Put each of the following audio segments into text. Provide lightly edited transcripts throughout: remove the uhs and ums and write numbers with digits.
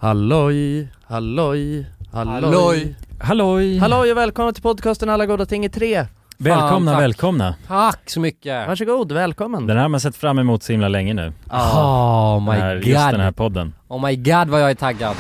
Halloj, halloj, halloj. Halloj. Halloj och välkomna till podcasten Alla goda ting i 3. Välkomna, välkomna. Tack så mycket. Varsågod, välkommen. Den här har man sett fram emot så himla länge nu. Oh my god. Just den här podden. Oh my god vad jag är taggad.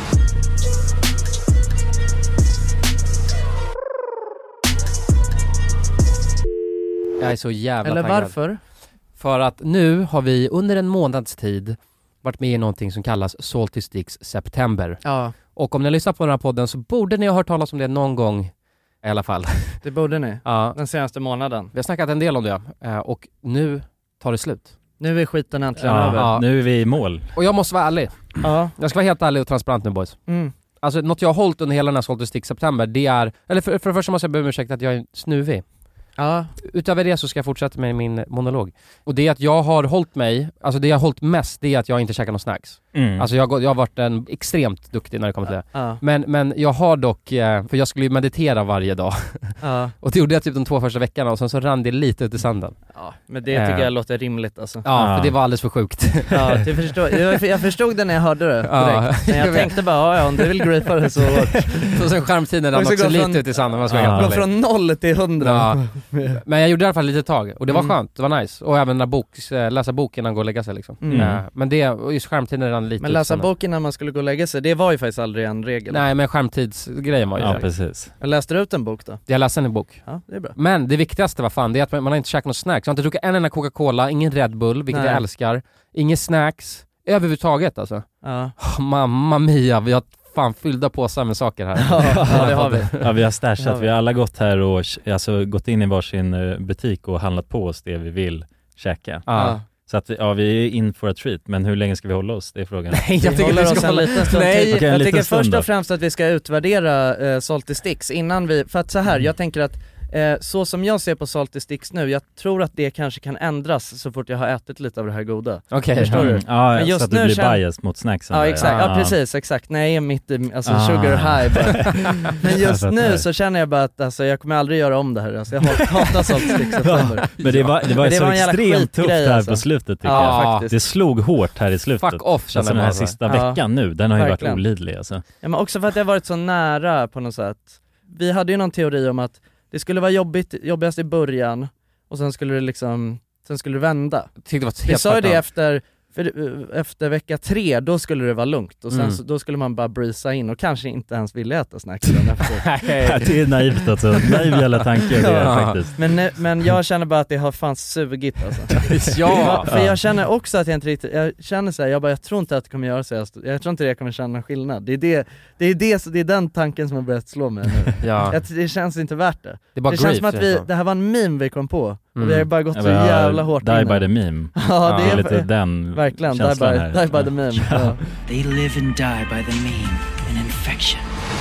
Jag är så jävla Eller taggad. varför? För att nu har vi under en månads tid varit med i någonting som kallas Salty Sticks September. Ja, Och om ni lyssnar på den här podden så borde ni ha hört talas om det någon gång i alla fall. det borde ni. Ja, Den senaste månaden. vi har snackat en del om det och nu tar det slut. Nu är skiten äntligen Ja, över. Ja. nu är vi i mål. Och jag måste vara ärlig. Ja. Jag ska vara helt ärlig och transparent nu, boys. Mm. Alltså något jag har hållit under hela den här Salty Sticks September, det är... Eller för det första måste jag be om ursäkt att jag är snuvig. Ja. Utöver det så ska jag fortsätta med min monolog. Och det är att jag har hållit mig... Alltså det jag har hållit mest, det är att jag inte käkar någon snacks. Alltså jag har varit extremt duktig när det kommer till det. Ja. Men jag har dock... För jag skulle ju meditera varje dag. Ja. Och det gjorde jag typ de 2 första veckorna och sen så rann det lite ut i sanden. Ja, men det tycker jag låter rimligt alltså. Ja, för det var alldeles för sjukt. Ja, det förstår, jag förstod det när jag hörde det direkt. Men jag tänkte bara, ja, om du vill gripa det så... Så sen skärmtiden rann också lite ut i sanden. Gå från 0 till 100. Ja. Men jag gjorde i alla fall lite tag och det var skönt, det var nice. Och även när läsa boken innan gå och lägga sig liksom. Men det, just skärmtiden rann lite. Men läsa boken när man skulle gå och lägga sig, det var ju faktiskt aldrig en regel. Nej, men skärmtidsgrejen var ju Ja, det. precis. Jag läste ut en bok då? Jag läste en bok. Ja, det är bra. Men det viktigaste var fan, det är att man har inte käkat någon snacks. Jag har inte druckit en enda Coca-Cola, ingen Red Bull, vilket jag älskar. Ingen snacks, överhuvudtaget alltså. Ja. Mamma mia, vi har fan fyllda påsar med saker här. Ja, det har vi. Ja, vi har stashat. Vi har alla gått här och alltså, gått in i varsin butik och handlat på oss det vi vill käka. Ja. Så att vi är in for a treat. Men hur länge ska vi hålla oss? Det är frågan. Nej, jag tycker vi ska en liten stund till. Okej, en Jag liten tycker stund först då. och främst att vi ska utvärdera Salty Sticks innan vi, för att så här, jag tänker att så som jag ser på Salty Sticks nu, jag tror att det kanske kan ändras så fort jag har ätit lite av det här goda. Okej. Förstår du? Ja, Men just så att du nu blir känner- biased mot snacksen. Ja, där. exakt. Ja, precis, exakt. Nej, mitt alltså sugar high bara. Men just nu så känner jag bara att alltså, jag kommer aldrig göra om det här. Alltså, jag hatar Salty Sticks September. Men det var Men det så var en jävla extremt tufft skitgrej, här alltså. på slutet tycker Ja, jag. faktiskt. Det slog hårt här i slutet. Fuck off, känner alltså den man här alltså. sista Ja. veckan nu, den har ju Verkligen. varit olidlig alltså. Ja, men också för att jag varit så nära på något sätt. Vi hade ju någon teori om att det skulle vara jobbigast i början och sen skulle det liksom, sen skulle det vända. Tyckte det var Vi helt sa ju det fakta. efter vecka 3, då skulle det vara lugnt och sen så, då skulle man bara breeza in och kanske inte ens vilja äta snacks den efter. Det är naivt alltså, naiv jävla tanke det är faktiskt. Men jag känner bara att det har fan sugit alltså. Ja. För jag känner också att jag inte riktigt, jag känner så här, jag tror inte att det kommer göra så, jag tror inte jag kommer känna skillnad. Det är den tanken som har börjat slå mig nu. Ja. Det känns inte värt det. Det är bara Det känns grief, som att det här var en meme vi kom på och vi har bara gått så Ja, jävla hårt Die in by i the det. meme. Ja, Det är lite den verkligen, die känslan här. by the meme. Ja. They live and die by the meme, an infection.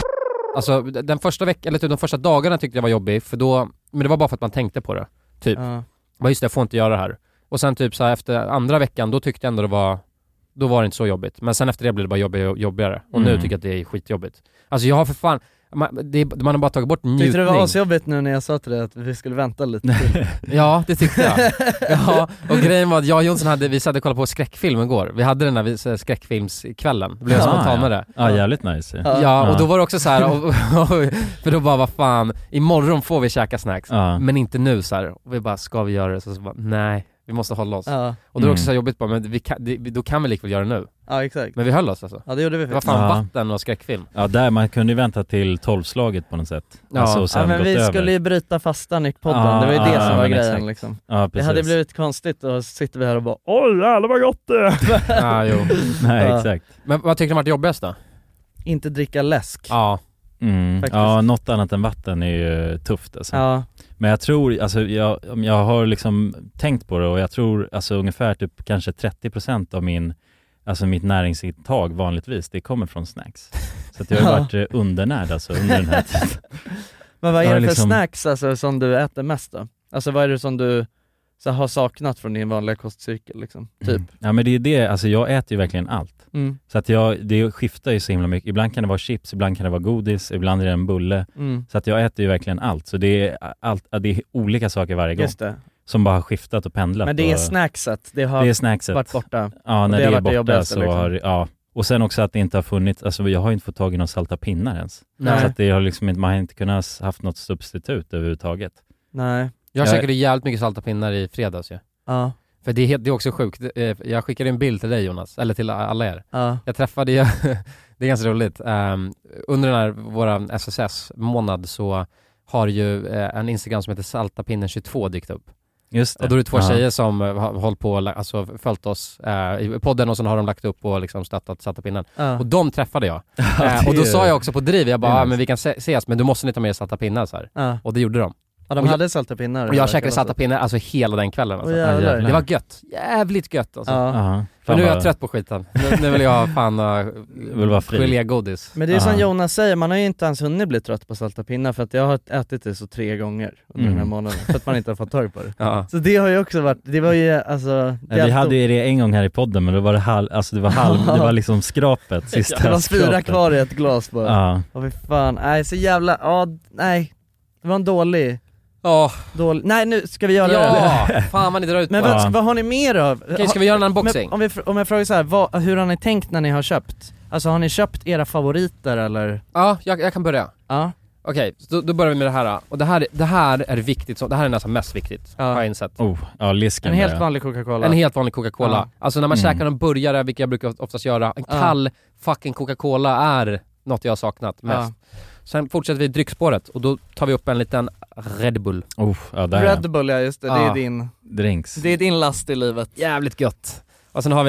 Alltså den första veckan, eller typ de första dagarna tyckte jag var jobbig, för då, men det var bara för att man tänkte på det. Typ. Ja. Bara just det, jag får inte göra det här. Och sen typ så här, efter andra veckan, då tyckte jag ändå då var det inte så jobbigt. Men sen efter det blev det bara jobbigare. Och nu tycker jag att det är skitjobbigt. Alltså jag har för fan, man har bara tagit bort njutning. Tyckte det var asjobbigt nu när jag sa till dig att vi skulle vänta lite till? Ja, det tyckte jag. Ja, och grejen var att jag och Jonsson vi satt och kollade på skräckfilm igår. Vi hade den här skräckfilmskvällen. Det blev jag spontan med det. Ja, jävligt nice. Ja, och då var det också så här, för då bara, vad fan, imorgon får vi käka snacks, men inte nu så här. Och vi bara, ska vi göra det? Så bara, nej, vi måste hålla oss. Ja. Och då är det också så här jobbigt bara, men då kan vi likväl göra det nu. Ja, exakt. Men vi höll oss alltså. Ja, det gjorde vi. Det var fan vatten och skräckfilm. Ja, där man kunde ju vänta till 12-slaget på något sätt. Ja. Alltså, och sen men gått vi över. skulle ju bryta fastan i podden. Det var ju det som var men grejen exakt. liksom. Ja, Det precis. hade blivit konstigt och sitter vi här och bara, oj jävlar vad gott det. Ja, jo. Nej, Ja. exakt. Men vad tyckte du var det jobbigaste då? Inte dricka läsk. Ja. Faktiskt. Ja, något annat än vatten är ju tufft alltså. Ja. Men jag tror, alltså jag har liksom tänkt på det och jag tror alltså ungefär typ kanske 30% av mitt näringsintag vanligtvis, det kommer från snacks. Så att jag har varit undernärd alltså under den här tiden. Men vad är Ja, det för liksom- snacks alltså, som du äter mest då? Alltså vad är det som du så har saknat från din vanliga kostcirkel liksom? Typ. Ja, men det är det, alltså jag äter ju verkligen allt. Mm. Så att det skiftar ju så himla mycket. Ibland kan det vara chips, ibland kan det vara godis, ibland är det en bulle. Mm. Så att jag äter ju verkligen allt. Så det är olika saker varje gång. Just det. Som bara har skiftat och pendlat. Men det är och, snackset, det har det är snackset. varit borta. Ja, när det det har är varit det borta jobbigaste, så liksom. har, ja. Och sen också att det inte har funnits, alltså jag har inte fått tag i någon salta pinnar ens. Nej. Så att det har liksom inte, man har inte kunnat haft något substitut överhuvudtaget. Nej. Jag käkade jävligt mycket salta pinnar i fredags ju. Ja. För det är också sjukt. Jag skickade en bild till dig Jonas, eller till alla er. Ja. Jag träffade ju, det är ganska roligt, under den här våra SSS-månad så har ju en Instagram som heter saltapinnen22 dykt upp. Just det. Och då är det 2 tjejer som har hållit på, alltså följt oss i podden och sen har de lagt upp och liksom stöttat salta pinnen. Och de träffade jag. Och då sa jag också på driv, jag bara, men vi kan ses, men du måste inte ta med salta pinnar så här. Ja. Och det gjorde de. Ja, de hade salta pinnar. Och jag käkade salta pinnar alltså hela den kvällen alltså. Det var gött, jävligt gött alltså. Ja. För nu är jag trött på skiten. Nu vill jag fan vill vara fri. gelégodis. Men det är som Jonas säger, man har ju inte ens hunnit bli trött på salta pinnar, för att jag har ätit det så 3 gånger under den här månaden, för att man inte har fått tag på det. Ja. Så det har ju också varit, det var ju alltså... Vi hade ju det en gång här i podden, men då var det det var liksom skrapet, sista det var 4 skrapet. kvar i ett glas bara. Ja. Och fy fan, nej så jävla, nej. Det var en dålig. Nej, nu ska vi göra det. Ja, fan vad ni drar ut. Men vad har ni mer av? Okej, ska vi göra en unboxing? Men om jag frågar så här, hur har ni tänkt när ni har köpt? Alltså har ni köpt era favoriter eller? Ja, jag kan börja. Ja. Okej, då börjar vi med det här. Och det här är viktigt, det här är nästan mest viktigt, har jag insett. Lisken. En helt vanlig Coca-Cola. En helt vanlig Coca-Cola. Ja. Alltså när man käkar en burgare, vilket jag brukar oftast göra, en kall fucking Coca-Cola är något jag har saknat mest. Sen fortsätter vi dryckspåret och då tar vi upp en liten Red Bull. Red Bull, ja just det, det är din drinks. Det är din last i livet. Jävligt gött. Och sen har vi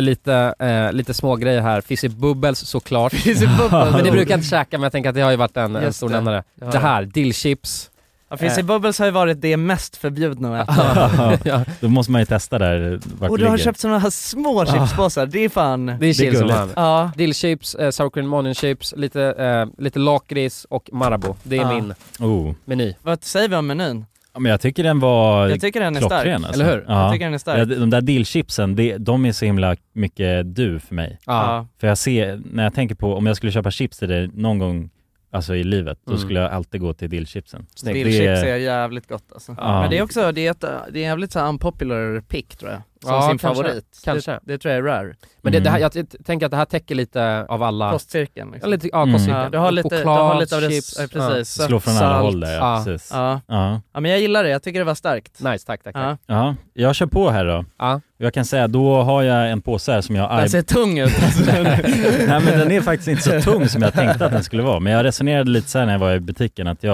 lite små grejer här. Fizzy Bubbles såklart. Fizzy Bubbles. Men det brukar jag inte käka, men jag tänker att det har ju varit en stor nämnare. Det här, dillchips. Ja, Fizzy Bubbles har ju varit det mest förbjudna att äta. Ja. Då måste man ju testa där vart och du har köpt sådana här små chipspåsar, det är fan... Det är chill som fan. Ja. Dillchips, sour cream onion chips, lite lakrits och Marabou. Det är min meny. Vad säger vi om menyn? Ja, men jag tycker den var klockren, stark, alltså. Eller hur? Ja. Jag tycker den är stark. Ja, de där dillchipsen, de är så himla mycket för mig. Ja. För jag ser, när jag tänker på, om jag skulle köpa chips till det någon gång alltså i livet, då skulle jag alltid gå till dillchipsen. Dillchips är jävligt gott alltså. Men det är också, det är jävligt så unpopular pick tror jag. Som sin favorit. Kanske. Det tror jag är rare. Men det här, jag tänker att det här täcker lite av alla... Kostcirkeln liksom. Ja, kostcirkeln. Ja, du har lite av det, chips. precis. Slå från alla håll där, precis. Ja, men jag gillar det, jag tycker det var starkt. Nice, tack. Ja, jag kör på här då. Jag kan säga, då har jag en påse här som jag... Den ser tung ut. Nej, men den är faktiskt inte så tung som jag tänkte att den skulle vara. Men jag resonerade lite så här när jag var i butiken att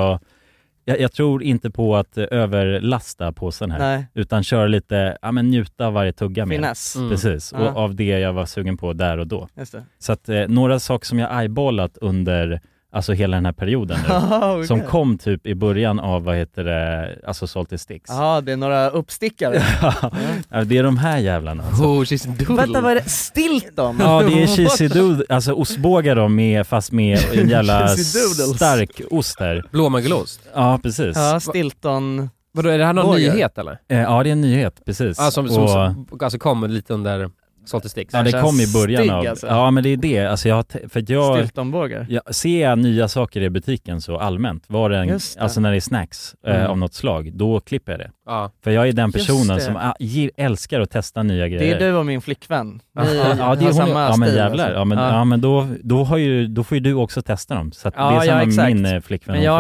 jag tror inte på att överlasta påsen här. Nej. Utan köra lite, njuta av varje tugga med. Finess. Precis, och av det jag var sugen på där och då. Just det. Så att några saker som jag eyeballat under alltså hela den här perioden nu, okay. som kom typ i början av, alltså Salty Sticks. Ja, det är några uppstickare. Ja, det är de här jävlarna alltså. Cheesy Doodle. Vänta, vad är det? Stilton? Ja, det är Cheesy Doodle, alltså ostbågar då fast med en jävla stark ost här. Blåmögelost. Ja, precis. Ja, Stilton. Vadå, är det här någon nyhet eller? Ja, det är en nyhet, precis. Alltså kom lite under Salty Sticks. Ja, det kom i början av... Alltså. Ja, men det är det. Alltså Stiltonbågar. Ser jag nya saker i butiken så allmänt, alltså när det är snacks av något slag, då klipper jag det. Ja. För jag är den personen som älskar att testa nya grejer. Det är du och min flickvän. Ja, det är samma stil. Men jävlar. Alltså. Ja, men då får ju du också testa dem. Så att det är samma min flickvän. Men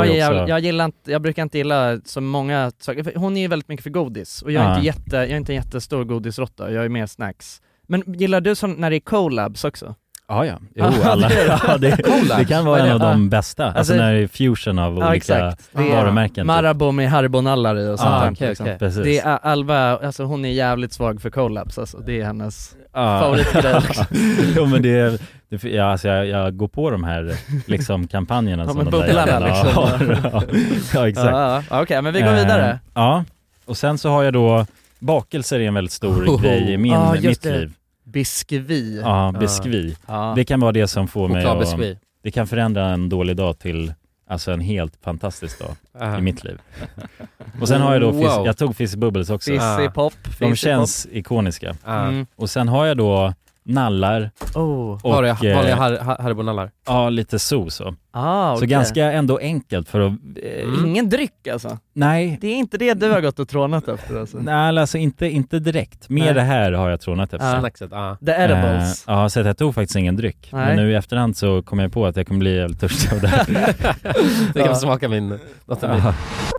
jag brukar inte gilla så många saker. Hon är ju väldigt mycket för godis. Och jag är inte en jättestor godisrotta. Jag är mer snacks. Men gillar du som när det är collabs också? Ja. Jo, alla. Det kan vara en av de bästa. Alltså när det är fusion av olika varumärken. Marabou med harbonallar i och sånt där. Okay. Det är Alva, alltså hon är jävligt svag för collabs alltså. Det är hennes favoritgrej. Jo, men jag går på de här liksom kampanjerna som de där liksom. Ja, exakt. Okej, men vi går vidare. Ja, och sen så har jag då bakelser är en väldigt stor grej i mitt liv. Biskvi. Ja, biskvi. Det kan vara det som får mig att... Det kan förändra en dålig dag till alltså en helt fantastisk dag i mitt liv. Och sen har jag då jag tog Fizzy Bubbles också. Fizzy pop. De känns ikoniska. Och sen har jag då nallar Oh. och Vanliga Haribo-nallar. ja, lite så. Så Så ganska ändå enkelt för att... Ingen dryck alltså? Nej. Det är inte det du har gått och trånat efter alltså? Nej, alltså inte direkt. Mer det här har jag trånat efter. Snackset, The edibles. Ja, så jag tog faktiskt ingen dryck. Nej. Men nu i efterhand så kom jag på att jag kommer bli helt törstig av det här. Det kan smaka min dotter.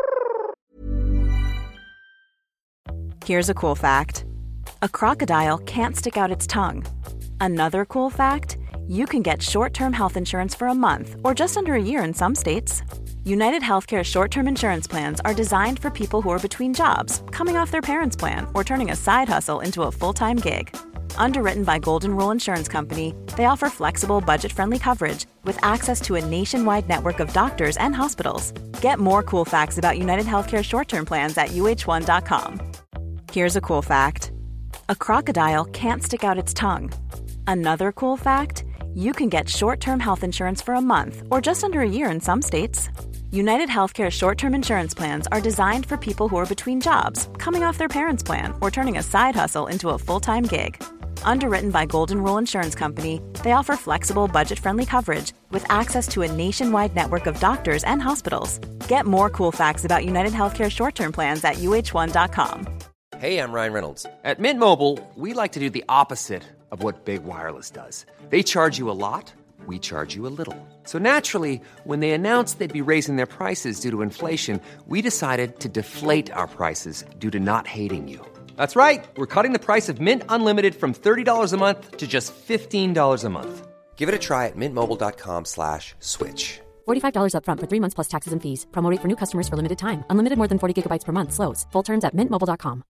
Here's a cool fact. A crocodile can't stick out its tongue. Another cool fact, you can get short-term health insurance for a month or just under a year in some states. United Healthcare short-term insurance plans are designed for people who are between jobs, coming off their parents' plan, or turning a side hustle into a full-time gig. Underwritten by Golden Rule Insurance Company, they offer flexible, budget-friendly coverage with access to a nationwide network of doctors and hospitals. Get more cool facts about United Healthcare short-term plans at uh1.com. Here's a cool fact. A crocodile can't stick out its tongue. Another cool fact, you can get short-term health insurance for a month or just under a year in some states. United Healthcare short-term insurance plans are designed for people who are between jobs, coming off their parents' plan, or turning a side hustle into a full-time gig. Underwritten by Golden Rule Insurance Company, they offer flexible, budget-friendly coverage with access to a nationwide network of doctors and hospitals. Get more cool facts about United Healthcare short-term plans at uh1.com. Hey, I'm Ryan Reynolds. At Mint Mobile, we like to do the opposite of what Big Wireless does. They charge you a lot, we charge you a little. So naturally, when they announced they'd be raising their prices due to inflation, we decided to deflate our prices due to not hating you. That's right. We're cutting the price of Mint Unlimited from $30 a month to just $15 a month. Give it a try at mintmobile.com/switch. $45 up front for 3 months plus taxes and fees. Promo rate for new customers for limited time. Unlimited more than 40 gigabytes per month slows. Full terms at mintmobile.com.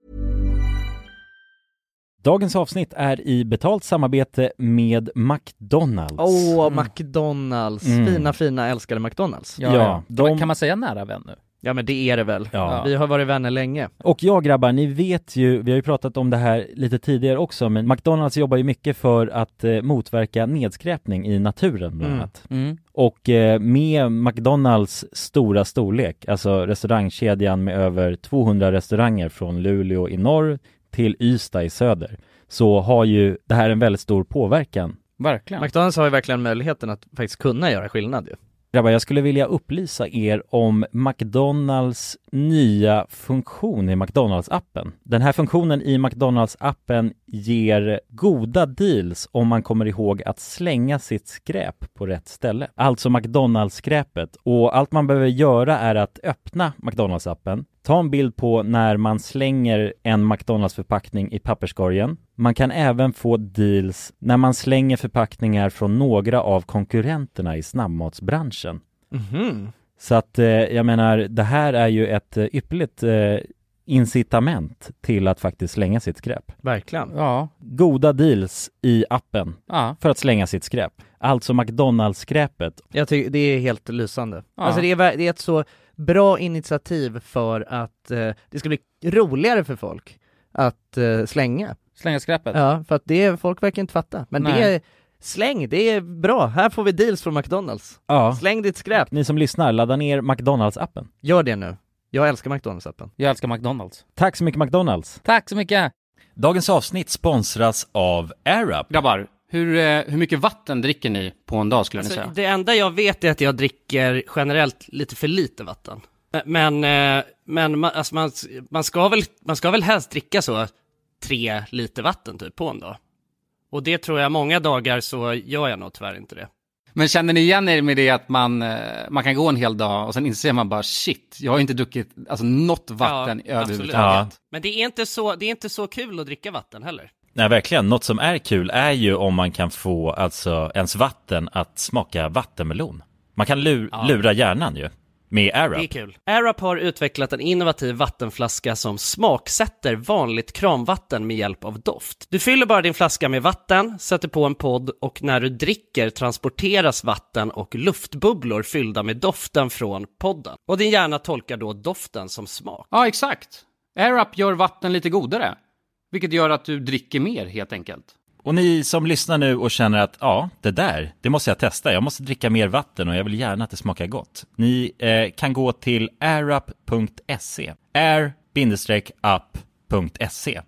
Dagens avsnitt är i betalt samarbete med McDonalds. McDonalds. Fina, älskade McDonalds. Ja, Kan man säga nära vän nu? Ja, men det är det väl. Ja. Vi har varit vänner länge. Och ja, grabbar, ni vet ju, vi har ju pratat om det här lite tidigare också, men McDonalds jobbar ju mycket för att motverka nedskräpning i naturen bland annat. Och med McDonalds stora storlek, alltså restaurangkedjan med över 200 restauranger från Luleå i norr till Ystad i söder, så har ju det här en väldigt stor påverkan. Verkligen. McDonalds har ju verkligen möjligheten att faktiskt kunna göra skillnad ju. Grabbar, jag skulle vilja upplysa er om McDonalds nya funktion i McDonalds-appen. Den här funktionen i McDonalds-appen ger goda deals om man kommer ihåg att slänga sitt skräp på rätt ställe. Alltså McDonalds-skräpet. Och allt man behöver göra är att öppna McDonalds-appen, ta en bild på när man slänger en McDonalds-förpackning i papperskorgen. Man kan även få deals när man slänger förpackningar från några av konkurrenterna i snabbmatsbranschen. Så att jag menar, det här är ju ett ypperligt incitament till att faktiskt slänga sitt skräp. Verkligen. Ja. Goda deals i appen för att slänga sitt skräp. Alltså McDonalds-skräpet. Jag tycker det är helt lysande. Ja. Alltså det är ett så bra initiativ för att det ska bli roligare för folk att slänga. Slänga skräpet. Ja, för att folk verkar inte fatta. Men Nej. det är släng, det är bra. Här får vi deals från McDonalds. Ja. Släng ditt skräp. Ni som lyssnar, ladda ner McDonalds-appen. Gör det nu. Jag älskar McDonalds-appen. Jag älskar McDonalds. Tack så mycket McDonalds. Tack så mycket. Dagens avsnitt sponsras av AirUp. Grabbar, hur mycket vatten dricker ni på en dag skulle ni säga? Det enda jag vet är att jag dricker generellt lite för lite vatten. Men man ska väl helst dricka så 3 liter vatten typ på en dag. Och det tror jag många dagar så gör jag nog tyvärr inte det. Men känner ni igen er med det att man kan gå en hel dag och sen inser man bara shit, jag har inte druckit något vatten överhuvudtaget. Ja. Men det är inte så kul att dricka vatten heller. Nej, verkligen. Något som är kul är ju om man kan få ens vatten att smaka vattenmelon. Man kan lura hjärnan ju med AirUp. Det är kul. AirUp har utvecklat en innovativ vattenflaska som smaksätter vanligt kranvatten med hjälp av doft. Du fyller bara din flaska med vatten, sätter på en podd och när du dricker transporteras vatten och luftbubblor fyllda med doften från podden. Och din hjärna tolkar då doften som smak. Ja, exakt. AirUp gör vatten lite godare, vilket gör att du dricker mer helt enkelt. Och ni som lyssnar nu och känner att det måste jag testa. Jag måste dricka mer vatten och jag vill gärna att det smakar gott. Ni kan gå till airup.se. air-up.se.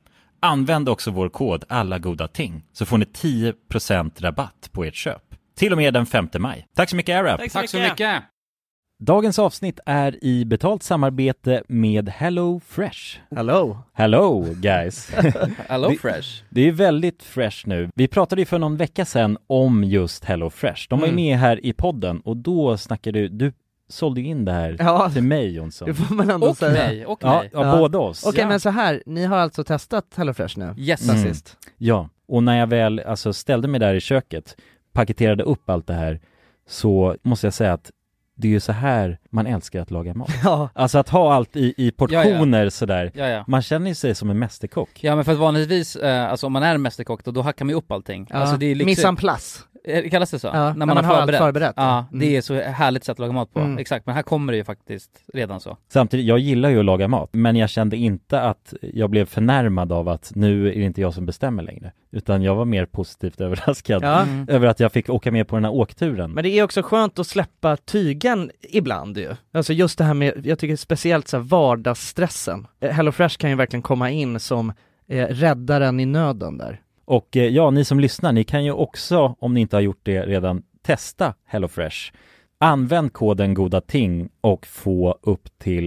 Använd också vår kod alla goda ting så får ni 10% rabatt på ert köp. Till och med den 5 maj. Tack så mycket AirUp. Tack så mycket. Dagens avsnitt är i betalt samarbete med Hello Fresh. Hello guys. Hello Fresh. Det är väldigt fresh nu. Vi pratade ju för någon vecka sedan om just Hello Fresh. De var ju med här i podden och då snackade du sålde in det här till mig, Jonsson. Det får man ändå säga. Mig. Ja, båda oss. Okej, men så här, ni har alltså testat HelloFresh nu? Yes. Sist. Ja, och när jag väl ställde mig där i köket, paketerade upp allt det här, så måste jag säga att det är ju så här man älskar att laga mat. Ja. Alltså att ha allt i portioner sådär. Ja. Man känner sig som en mästerkock. Ja, men för att vanligtvis, alltså om man är en mästerkock då hackar man ju upp allting. Ja. Alltså det är Mise en place. Kallas det så? Ja, när man har allt förberett. Ja, det är så härligt sätt att laga mat på. Exakt, men här kommer det ju faktiskt redan så. Samtidigt, jag gillar ju att laga mat, men jag kände inte att jag blev förnärmad av att nu är det inte jag som bestämmer längre. Utan jag var mer positivt överraskad över att jag fick åka med på den här åkturen. Men det är också skönt att släppa tygen ibland ju. Alltså just det här med, jag tycker speciellt så här vardagsstressen. HelloFresh kan ju verkligen komma in som räddaren i nöden där. Och ja, ni som lyssnar, ni kan ju också, om ni inte har gjort det redan, testa HelloFresh. Använd koden GODATING och få upp till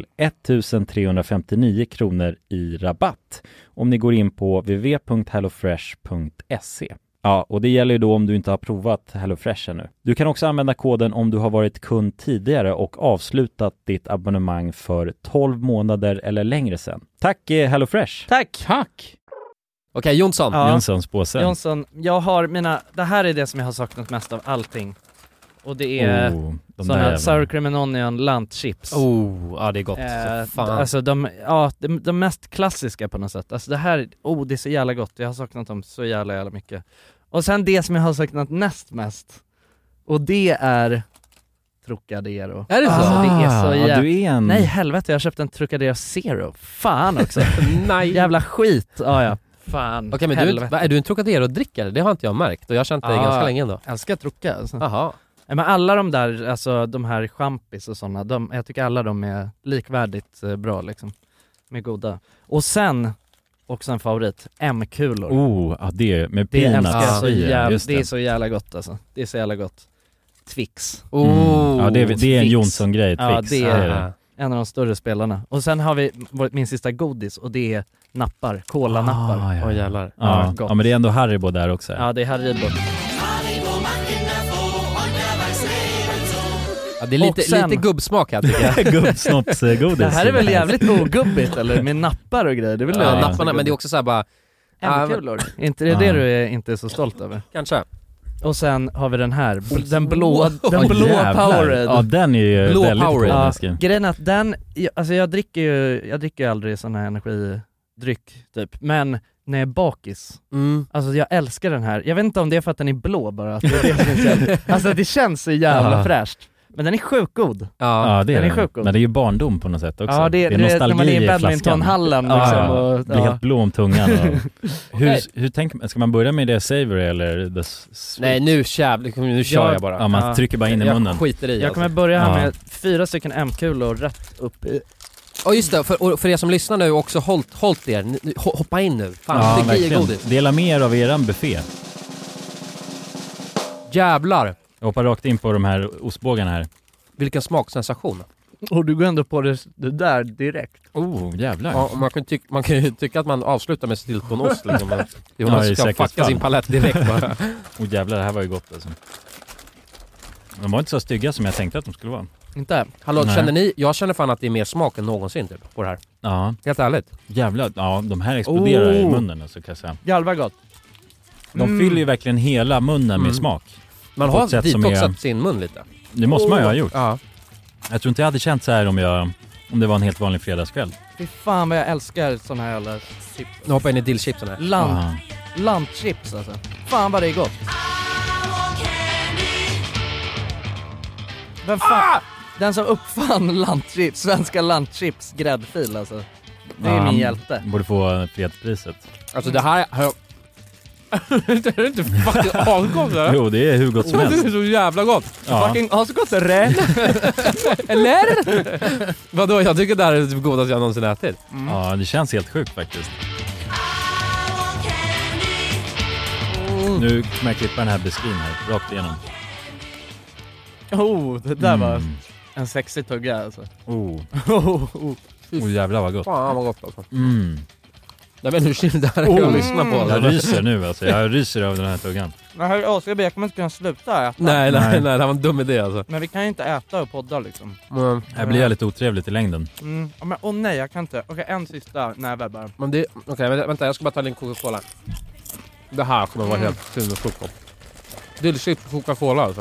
1359 kronor i rabatt om ni går in på www.hellofresh.se. Ja, och det gäller ju då om du inte har provat HelloFresh ännu. Du kan också använda koden om du har varit kund tidigare och avslutat ditt abonnemang för 12 månader eller längre sedan. Tack HelloFresh! Tack! Okej, Jonsson. Ja. Jonssons påse. Jonsson, jag har det här är det som jag har saknat mest av allting. Och det är sådana sour cream and onion lantchips. Ja, det är gott. Fan. Alltså de mest klassiska på något sätt. Alltså det här, det är så jävla gott. Jag har saknat dem så jävla mycket. Och sen det som jag har saknat näst mest. Och det är Trocadero. Är det så? Alltså, det är så jävla... du är en... Nej, helvete, jag har köpt en Trocadero Zero. Fan också. Nej. Jävla skit. Ja. Fan. Okej, men är du en Trocadero-drickare? Det har inte jag märkt och jag har känt dig ganska länge ändå. Jag älskar Troca alltså. Jaha. Men alla de där, alltså de här champis och sådana, jag tycker alla de är likvärdigt bra liksom. Med goda. Och sen, också en favorit, M-kulor. Ja, det är med det peanuts. älskar jag så jävla, det är så jävla gott alltså. Det är så jävla gott. Twix. Ja, det är en Jonsson-grej, Twix. Ja, det är en av de större spelarna. Och sen har vi min sista godis och det är nappar, kola-nappar. Åh jävlar. Ja, men det är ändå Haribo där också. Ja, det är Haribo. Ja, det är lite gubbsmak här tycker jag. Gubbsnoppsgodis. Det här är väl jävligt ogubbigt eller med nappar och grejer. Det är väl napparna, men det är också så här bara M-kulor. Inte det du är inte så stolt över? Kanske. Och sen har vi den här, den blå Powerade. Ja, den är ju blå väldigt Powerade. god. Grejen är att den, alltså jag dricker ju aldrig sån här energidryck typ, men när jag är bakis, alltså jag älskar den här. Jag vet inte om det är för att den är blå bara, att det är det som känns. Alltså det känns så jävla fräscht. Men den är sjukt god. Ja, det är den. Sjukt god. Men det är ju barndom på något sätt också. Ja, det är nostalgi när man är i badmintonhallen liksom, och blir helt blå om tungan. Hur tänker man? Ska man börja med det savory eller the sweet? Nej, nu kör jag bara. Ja, man trycker bara in i munnen. Jag skiter i. Jag kommer börja här med 4 stycken M-kulor rätt upp i. Ja, just det, för er som lyssnar nu också, hållt er, hoppa in nu. Fan, det är godis. Dela mer av eran buffé. Jävlar. Jag hoppar rakt in på de här ostbågarna här. Vilken smaksensation. Och du går ändå på det där direkt. Jävlar. Ja, man kan ju tycka att man avslutar med Stiltonost liksom. Man ska fucka sin palett direkt bara. Jävlar, det här var ju gott alltså. De var inte så stygga som jag tänkte att de skulle vara. Inte? Hallå, känner ni? Jag känner fan att det är mer smak än någonsin typ, på det här. Ja. Helt ärligt. Jävlar, ja, de här exploderar i munnen alltså, kan jag säga. Jävlar gott. De fyller ju verkligen hela munnen med smak. Man har detoxat sin mun lite. Det måste man ju ha gjort. Ja. Jag tror inte jag hade känt så här om det var en helt vanlig fredagskväll. Fy fan vad jag älskar såna här jävla chips. Nu hoppar in i dillchipsen här. Lantchips alltså. Fan vad det är gott. Vem fan? Den som uppfann lantchips, svenska lantchips gräddfil alltså. Det är min hjälte. Borde få fredspriset. Alltså det här det är inte fucking asgott eller? Jo, det är hur gott som helst. Det är så jävla gott. Fucking asgott eller? Eller? Vadå, jag tycker det här är det godaste jag någonsin ätit. Ja, det känns helt sjukt faktiskt. Nu kommer jag klippa den här beskrivningen här, rakt igenom. Det där var en sexig tugga alltså. Jävlar vad gott. Fan vad gott alltså. Jag vet inte hur chill det här är att lyssna på. Jag ryser nu alltså, jag ryser av den här tuggan. Nej, jag kommer inte kunna sluta äta. Nej, det var en dum idé alltså. Men vi kan ju inte äta och podda liksom. Det blir jag lite otrevligt i längden. Nej, jag kan inte. Okej, en sista näve bara. Men det, vänta, jag ska bara ta en Coca-Cola. Det här kommer vara helt sinnessjukt gott. Dillchip Coca-Cola alltså.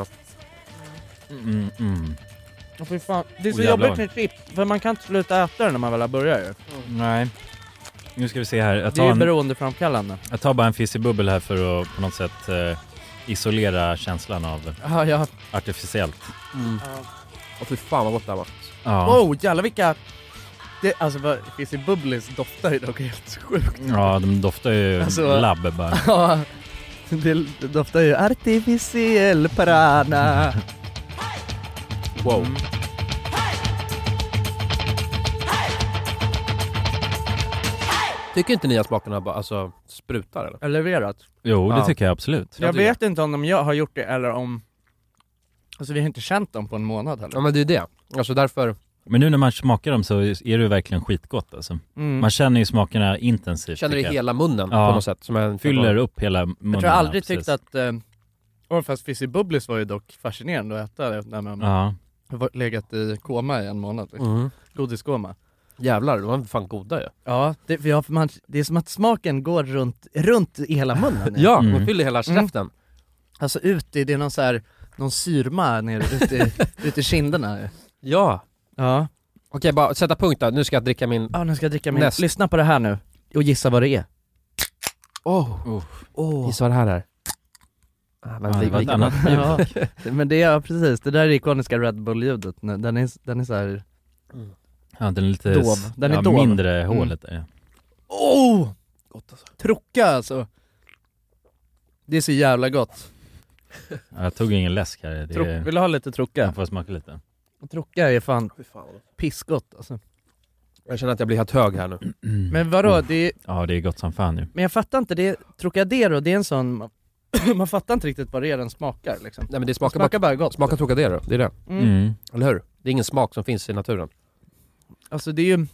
Fy fan. Det är så jobbigt med chips, för man kan inte sluta äta det när man väl har börjat ju. Nej. Nu ska vi se här. Det är beroendeframkallande. Jag tar bara en fissibubbel här för att på något sätt isolera känslan av artificiellt. Och fy fan vad gott det här var. Ja. Jävlar vilka... Alltså fissibubblis doftar ju dock helt sjukt. Ja, de doftar ju labb bara. Ja, det doftar ju artificiell piranha. Wow. Tycker inte ni att smakerna bara sprutar eller? Är leverat? Jo, det tycker jag absolut. Jag vet inte om de har gjort det eller om... Alltså vi har inte känt dem på en månad heller. Ja men det är det. Alltså därför... Men nu när man smakar dem så är det verkligen skitgott alltså. Man känner ju smakerna intensivt. Känner det i hela munnen på något sätt. Som fyller upp hela munnen. Jag tror jag aldrig tyckt att... fast fissibubblis var ju dock fascinerande att äta det när man har legat i koma i en månad. Liksom. Godiskoma. Jävlar, de var fan goda ju. Ja, det är som att smaken går runt i hela munnen. Ja, man fyller hela käften. Alltså det är någon syrma ner ut i kinderna. Ja. Okej, bara sätta punkt då. Nu ska jag dricka min... Ja, nu ska jag dricka min... Lyssna på det här nu och gissa vad det är. Gissa vad det här är. Men det är precis, det där är ikoniska Red Bull-ljudet. Den är så här... Ja, den är lite dov. Den är dov. Mindre hålet där. Gott alltså. Trocka alltså. Det är så jävla gott. Jag tog ingen läsk här. Vill du ha lite trocka? Jag får smaka lite. Trocka är fan pissgott alltså. Jag känner att jag blir helt hög här nu. Men vadå? Ja, det är gott som fan nu. Men jag fattar inte, det Trocadero, det är en sån... Man fattar inte riktigt vad det är den smakar liksom. Nej men det smakar bara gott. Smakar Trocadero, det är det. Eller hur? Det är ingen smak som finns i naturen. Alltså det är ju...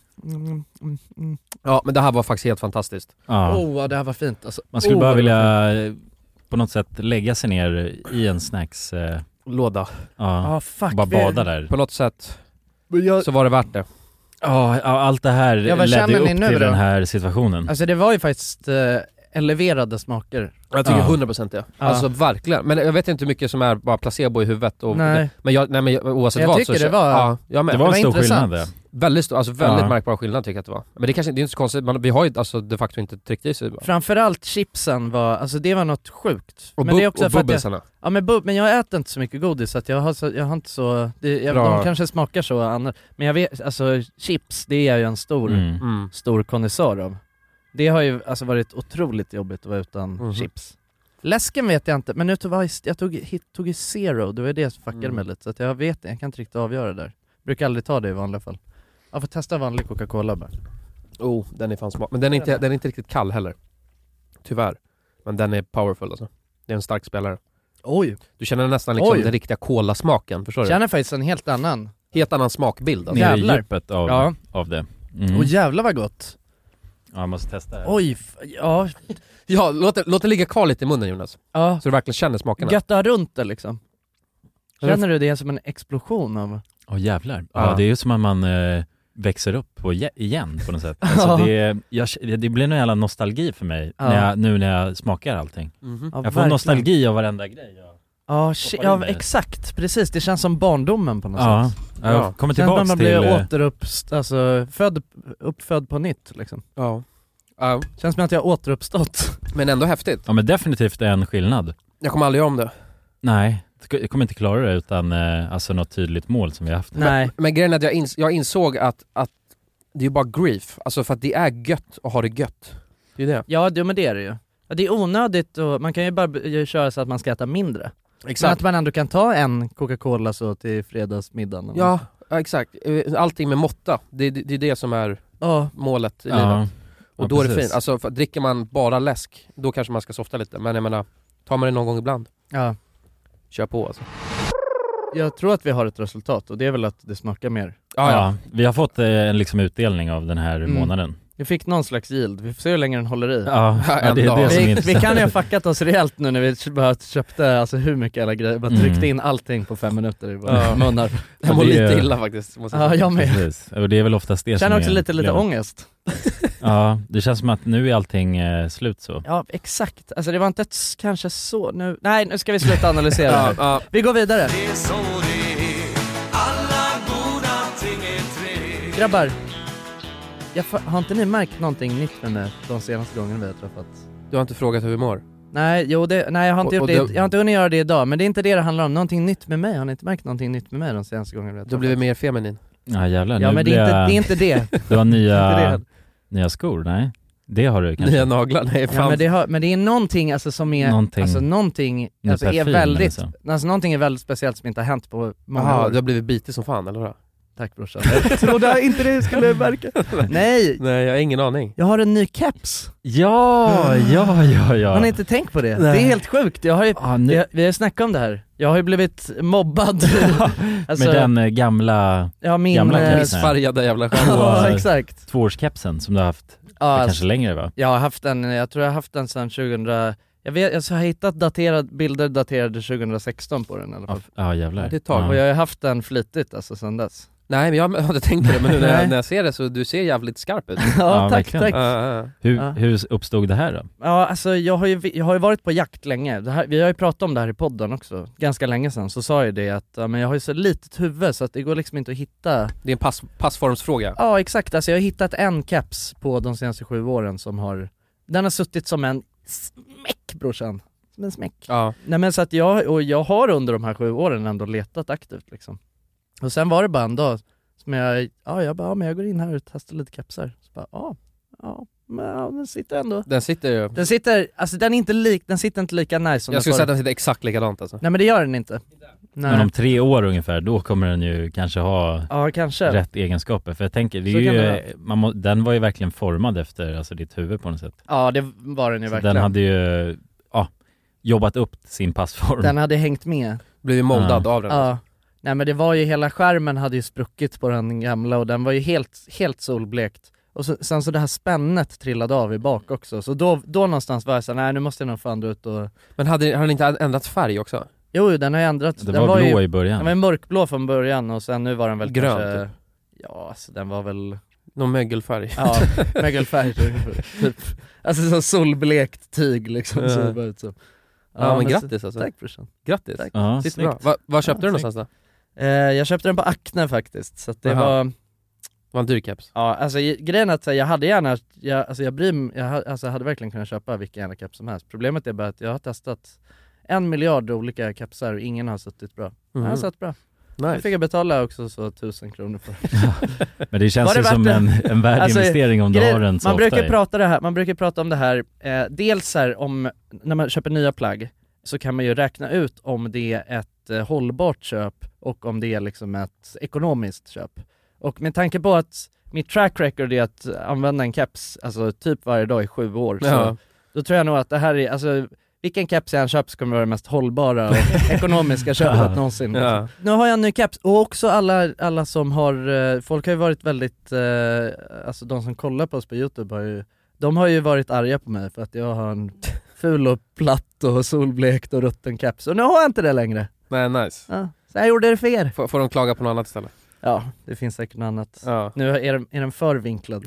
Ja, men det här var faktiskt helt fantastiskt. Ja. Det här var fint alltså. Man skulle bara vilja på något sätt lägga sig ner i en snacks låda. Fuck. Bara bada där. På något sätt så var det värt det. Ja, allt det här ledde upp till den här situationen. Alltså det var ju faktiskt eleverade smaker. Jag tycker 100% det. Alltså verkligen. Men jag vet inte hur mycket som är bara placebo i huvudet. Och nej. Men oavsett vad så... Det var det var en stor skillnad det. Väldigt stor, alltså väldigt märkbar skillnad tycker jag att det var. Men det är inte så konstigt, vi har ju alltså de facto inte tryckt i sig. Framförallt chipsen var, alltså det var något sjukt. Och men det är också för att men jag äter inte så mycket godis så att jag har inte så... de kanske smakar så annat. Men jag vet, alltså chips, det är jag ju en stor konnässör av. Det har ju alltså varit otroligt jobbigt att vara utan chips. Läsken vet jag inte, men nu jag tog ju Zero, det var det som fuckade mig lite. Så att jag vet jag kan inte riktigt avgöra det där. Brukar aldrig ta det i vanliga fall. Jag får testa vanlig Coca-Cola bara. Den är fan smak. Men den är inte riktigt kall heller. Tyvärr. Men den är powerful alltså. Det är en stark spelare. Oj. Du känner nästan liksom den riktiga cola-smaken, förstår du? Känner faktiskt en helt annan smakbild alltså. Nere i djupet av det. Och jävlar vad gott. Ja, jag måste testa det. Oj, Ja, låt det ligga kvar lite i munnen, Jonas. Ja. Så du verkligen känner smakerna. Götta runt det liksom. Känner du det som en explosion av... Jävlar. Ja, det är ju som att man växer upp igen på något sätt. Alltså det blir nog jävla nostalgi för mig när jag smakar allting. Jag får nostalgi av varenda grej. Exakt, precis. Det känns som barndomen på något sätt. Jag kommer tillbaka till... Man blir uppfödd på nytt liksom. Känns som att jag har återuppstått. Men ändå häftigt. Ja, men definitivt en skillnad. Jag kommer aldrig göra om det. Nej, jag kommer inte klara det utan alltså något tydligt mål som vi har haft. Nej. Men grejen är att jag insåg att det är bara grief. Alltså för att det är gött att ha det gött. Det är det. Ja, men det är det ju. Det är onödigt och man kan ju bara köra så att man ska äta mindre. Exakt. Men att man ändå kan ta en Coca-Cola så till fredagsmiddagen. Ja, exakt. Allting med måtta. Det är det som är målet i livet. Och då är det fint. Alltså dricker man bara läsk, då kanske man ska softa lite. Men jag menar, tar man det någon gång ibland. Ja. Kör på alltså. Jag tror att vi har ett resultat och det är väl att det smakar mer. Ja, vi har fått en liksom utdelning av den här månaden. Vi fick någon slags yield, vi får se hur länge den håller i. Ja, det är det som är vi kan ju ha fuckat oss rejält nu när vi bara köpte alltså hur mycket alla grejer, bara tryckte in allting på 5 minuter i våra munnar. Jag mår lite illa faktiskt, måste jag säga. Ja, jag med. Precis. Och det är väl oftast det känner som också lite ångest. Ja, det känns som att nu är allting slut så. Ja, exakt. Alltså det var inte kanske så nu. Nej, nu ska vi sluta analysera. Ja. Vi går vidare. Grabbar, har inte ni märkt någonting nytt med mig de senaste gångerna vi har träffats? Du har inte frågat hur vi mår? Nej, jag har inte gjort det. Jag har inte hunnit göra det idag, men det är inte det handlar om. Någonting nytt med mig, har ni inte märkt någonting nytt med mig de senaste gångerna vi har träffats? Du blir mer feminin. Ja jävlar, ja, men det är inte det. Du har nya skor, nej? Det har du kanske. Nya naglar, nej fan. Ja, men det är någonting alltså som är någonting alltså är väldigt alltså någonting är väldigt speciellt som inte har hänt på många år. Du har blivit bitig som fan, eller hur? Tack brorsan. Jag trodde inte det skulle verka. Nej, jag har ingen aning. Jag har en ny keps. Ja. Har ni inte tänkt på det? Nej. Det är helt sjukt. Vi har snackat om det här. Jag har ju blivit mobbad. Alltså, med den gamla missfärgade jävla ja, exakt. 2-årskepsen som du har haft kanske längre va? Jag tror jag har haft den sedan 2000. Jag har hittat bilder daterade 2016 på den i alla fall. Ja jävlar. Det tag. Och jag har haft den flitigt alltså sedan dess. Nej men jag har inte tänkt på det, men nu när jag ser det så du ser jävligt skarp ut. Ja, tack. Hur uppstod det här då? Ja alltså jag har ju varit på jakt länge. Vi har ju pratat om det här i podden också. Ganska länge sedan så sa jag det att men jag har ju så litet huvud så att det går liksom inte att hitta. Det är en passformsfråga. Ja exakt, alltså jag har hittat en keps på de senaste 7 åren som den har suttit som en smäck brorsan. Som en smäck. Ja. Nej men så att jag har under de här 7 åren ändå letat aktivt liksom. Och sen var det bara en dag som jag går in här och testar lite kepsar. Så bara, men den sitter ändå. Den sitter, alltså den sitter inte lika nice som jag skulle säga att den sitter exakt likadant alltså. Nej men det gör den inte. Nej. Men om 3 år ungefär, då kommer den ju kanske ha rätt egenskaper. För jag tänker, det är ju, den var ju verkligen formad efter alltså, ditt huvud på något sätt. Ja, det var den ju så verkligen. Den hade ju jobbat upp sin passform. Den hade hängt med. Blivit moldad av den. Ja. Alltså. Nej men det var ju, hela skärmen hade ju spruckit på den gamla och den var ju helt solblekt. Och sen så det här spännet trillade av i bak också. Så då någonstans var jag så nej nu måste jag nog fan ut och... Men har den inte ändrat färg också? Jo, den har ändrats. Den var blå i början. Den var mörkblå från början och sen nu var den väl grön kanske... typ. Ja, alltså den var väl... Någon mögelfärg. Ja, mögelfärg typ. Alltså så solblekt tyg liksom. Så det ut så. Ja men grattis alltså. Tack brorsan. Grattis. Tack. Ja, bra. Vad köpte du någonstans då? Jag köpte den på Acne faktiskt. Så att det var... Det var en dyr keps. Ja, alltså grejen är att jag hade gärna, jag hade verkligen kunnat köpa vilken jävla keps som helst. Problemet är bara att jag har testat 1 miljard olika kepsar och ingen har suttit bra. Jag har suttit bra. Nice. Jag fick betala också så 1000 kronor för. Men det känns ju som en värdeinvestering om du har en så man brukar prata om det här, dels här om när man köper nya plagg så kan man ju räkna ut om det är ett hållbart köp och om det är liksom ett ekonomiskt köp. Och med tanke på att mitt track record är att använda en keps alltså typ varje dag i 7 år så då tror jag nog att det här är, alltså vilken keps jag än köper så kommer det vara det mest hållbara och ekonomiska köpet någonsin. Ja. Nu har jag en ny keps och också alla som har, folk har ju varit väldigt, alltså de som kollar på oss på YouTube de har ju varit arga på mig för att jag har en ful och platt och solblekt och rutten keps och nu har jag inte det längre. Nej, nice. Ja, så jag gjorde det för er. Får de klaga på något annat istället? Ja, det finns säkert något annat. Ja. Nu är den för vinklad.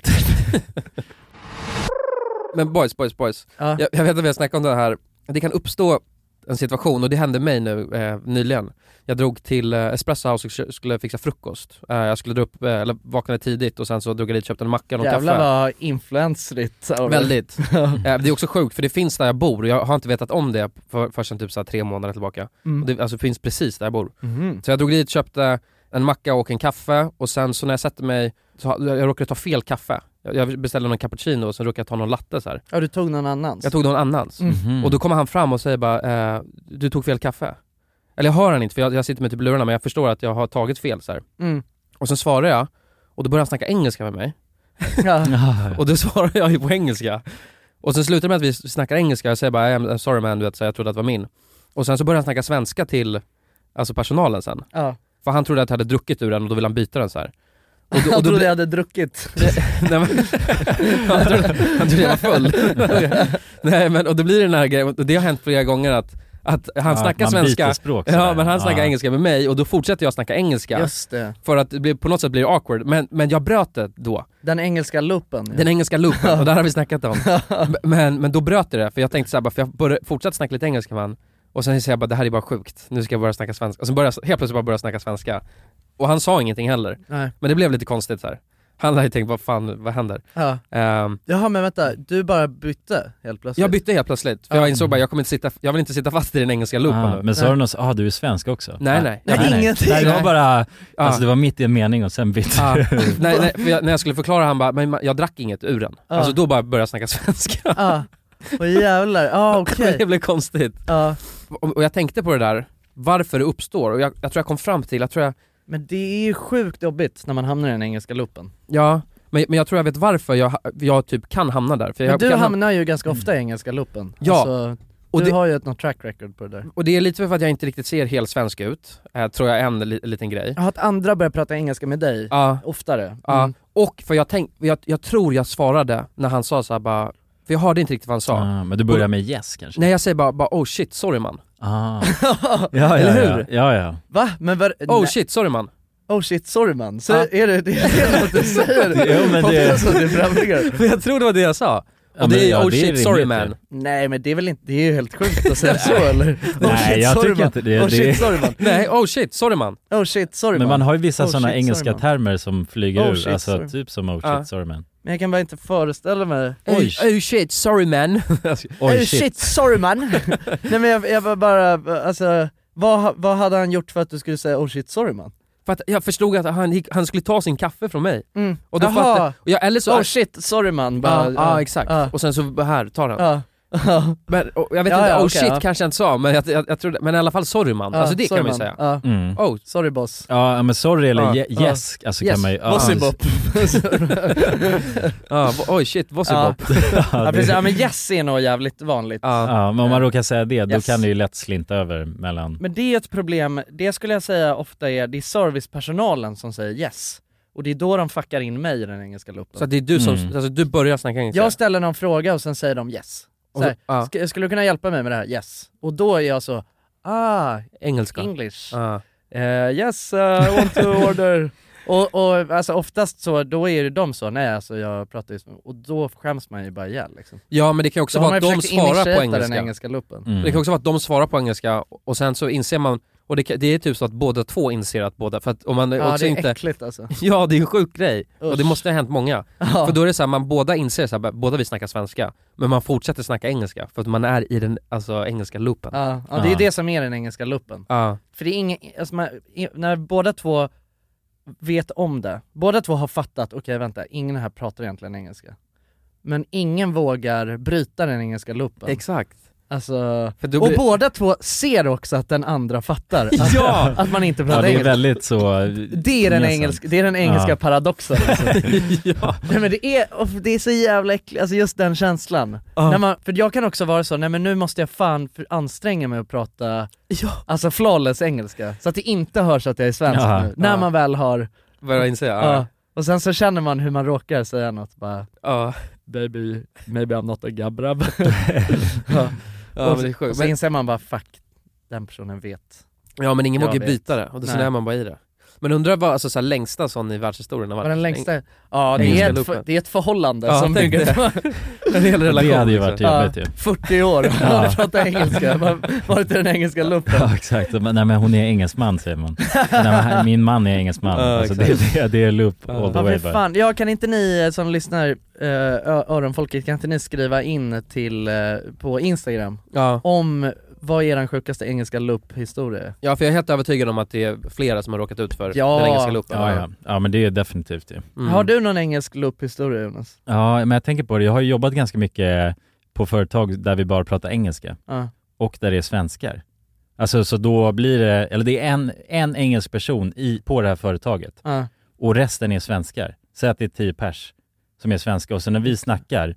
Men boys. Ja. Jag vet att vi har snackat om det här. Det kan uppstå en situation, och det hände mig nu nyligen. Jag drog till Espresso House och skulle fixa frukost. Jag skulle dra upp, eller vaknade tidigt och sen så drog jag dit och köpte en macka och kaffe. Jävlar vad influensrigt. Väldigt. Det är också sjukt för det finns där jag bor och jag har inte vetat om det förrän typ så här 3 månader tillbaka. Och det alltså finns precis där jag bor. Så jag drog dit och köpte en macka och en kaffe och sen så när jag sätter mig så jag råkade ta fel kaffe. Jag beställde någon cappuccino och sen råkade jag ta någon latte så här. Ja, du tog någon annans? Jag tog någon annans. Och då kommer han fram och säger bara du tog fel kaffe. Eller jag hör han inte för jag sitter med typ lurarna men jag förstår att jag har tagit fel så här. Och sen svarar jag och då börjar han snacka engelska med mig. Och då svarar jag ju på engelska. Och sen slutar det med att vi snackar engelska. Jag säger bara I'm sorry man, du vet, så jag trodde att det var min. Och sen så började han snacka svenska till alltså personalen sen. Ja. För han trodde att jag hade druckit ur den och då ville han byta den så här. Och då jag hade druckit. Nej, men, han trodde jag var full. Nej men, och då blir det den här grejen, och det har hänt flera gånger att han snackar svenska. Språk, men han snackar engelska med mig och då fortsätter jag snacka engelska. Just det. För att det blir, på något sätt blir det awkward. Men jag bröt det då. Den engelska loopen. Den engelska loopen, och där har vi snackat om. men då bröt det, för jag tänkte så här, för jag fortsatte snacka lite engelska med han. Och sen säger jag bara, det här är bara sjukt. Nu ska jag börja snacka svenska. Och sen helt plötsligt börja snacka svenska. Och han sa ingenting heller. Nej. Men det blev lite konstigt så här. Han hade ju tänkt, vad händer? Ja. Jaha, men vänta, du bara bytte helt plötsligt? Jag bytte helt plötsligt, för jag insåg bara, jag vill inte sitta fast i den engelska loopen nu. Men sa du något, du är svensk också? Nej, ingenting. Nej, det var bara, alltså det var mitt i en mening och sen bytte du. Nej, för när jag skulle förklara, han bara, men jag drack inget ur den. Alltså då bara började jag snacka svenska. Åh jävlar, okej. Det blev konstigt. Och jag tänkte på det där, varför det uppstår, och jag tror jag kom fram till, men det är ju sjukt jobbigt när man hamnar i den engelska loopen. Ja, men jag tror jag vet varför jag typ kan hamna där. För men du hamnar ju ganska ofta i engelska loopen. Ja. Alltså, och du har ju något track record på det där. Och det är lite för att jag inte riktigt ser helt svensk ut, tror jag är en liten grej. Jag har att andra börjar prata engelska med dig oftare. Ja, och för jag tror jag svarade när han sa så här bara, för jag hörde inte riktigt vad han sa. Men du börjar med yes kanske? Nej, jag säger bara oh shit, sorry man. Ja, eller hur? Ja. Va? Men shit, sorry man. Oh shit, sorry man. Så är det något du säger? Jo, men det är så det framgår. Men jag tror det var det jag sa. Och det är det är shit, sorry man. Nej, men det är väl inte, det är ju helt sjukt att säga så eller? Nej, jag tycker inte det. Oh shit, sorry man. Nej, oh shit, sorry man. Oh shit, sorry man. Men man har ju vissa sådana engelska termer som flyger ur, alltså sorry. typ som oh shit, sorry man. Men jag kan bara inte föreställa mig. Oh shit, sorry man. Oh shit, sorry man. Nej, men jag var bara, alltså, vad hade han gjort för att du skulle säga oh shit, sorry man? För att jag förstod att han skulle ta sin kaffe från mig. Och då eller så, oh shit, sorry man. Ja, exakt. Och sen så här, tar han. Men, jag vet inte, okay, shit kanske jag inte sa, men jag tror, men i alla fall sorry man. Alltså det kan man ju säga. Oh, sorry boss. Ja, men sorry eller yes, alltså yes. Kan man ju... Bossy bop. Oj shit, bossy bop. Ja, men yes är nog jävligt vanligt. Ja, men om man råkar säga det, då kan det ju lätt slinta över mellan... Men det är ett problem, det skulle jag säga ofta är, det är servicepersonalen som säger yes. Och det är då de fuckar in mig i den engelska loopen. Så det är du som, alltså du börjar snacka engelska? Jag ställer någon fråga och sen säger de yes. Såhär, skulle du kunna hjälpa mig med det här? Yes. Och då är jag så, engelska. English. Yes, I want to order. och alltså oftast så, då är det de så, nej alltså jag pratar ju, och då skäms man ju bara ihjäl liksom. Ja, men det kan också vara att de svarar på engelska. Den engelska luppen. Det kan också vara att de svarar på engelska och sen så inser man, och det är typ så att båda två inser att båda, för att om man också det är inte... äckligt alltså. Ja, det är en sjuk grej. Usch. Och det måste ha hänt många. För då är det så här, man båda inser så här, båda vill snacka svenska, men man fortsätter snacka engelska för att man är i den engelska loopen. Ja, det är det som är den engelska luppen. För det är ingen, alltså när båda två vet om det, båda två har fattat, okej, vänta, ingen här pratar egentligen engelska, men ingen vågar bryta den engelska loopen. Exakt. Alltså, och båda två ser också att den andra fattar att man inte pratar engelska. Det är väldigt så. Det är den engelska paradoxen alltså. Nej, men det är så jävla äckligt, alltså just den känslan. För jag kan också vara så, nej men nu måste jag fan anstränga mig att prata alltså flawless engelska, så att det inte hörs att jag är svensk nu, när man väl har börjat inse. Och sen så känner man hur man råkar säga något bara, baby, maybe I'm not a gabrab. Men det är sjukt. Och så inser man bara, fuck, den personen vet. Ja, men ingen vågar byta det, och då är man bara i det. Men undrar vad alltså, så här, längsta sån i världshistorien har varit? Den längsta? Ja, det är ett förhållande som bygger på en hel relation. Det hade ju varit jobbigt ju. 40 år, hon pratar engelska, varit i den engelska luppen. Ja, exakt. Nej, men hon är engelsman, säger man. Nej, min man är engelsman. Alltså, det är loop all the way. Fan. Ja, kan inte ni som lyssnar, öronfolket, kan inte ni skriva in till på Instagram om vad är den sjukaste engelska loop-historia? Ja, för jag är helt övertygad om att det är flera som har råkat ut för den engelska loopen. Ja, men det är definitivt det. Har du någon engelsk loop-historia, Jonas? Ja, men jag tänker på det. Jag har ju jobbat ganska mycket på företag där vi bara pratar engelska. Och där det är svenskar. Alltså så då blir det, eller det är en engelsk person på det här företaget. Och resten är svenskar. Säg att det är 10 pers som är svenska, och sen när vi snackar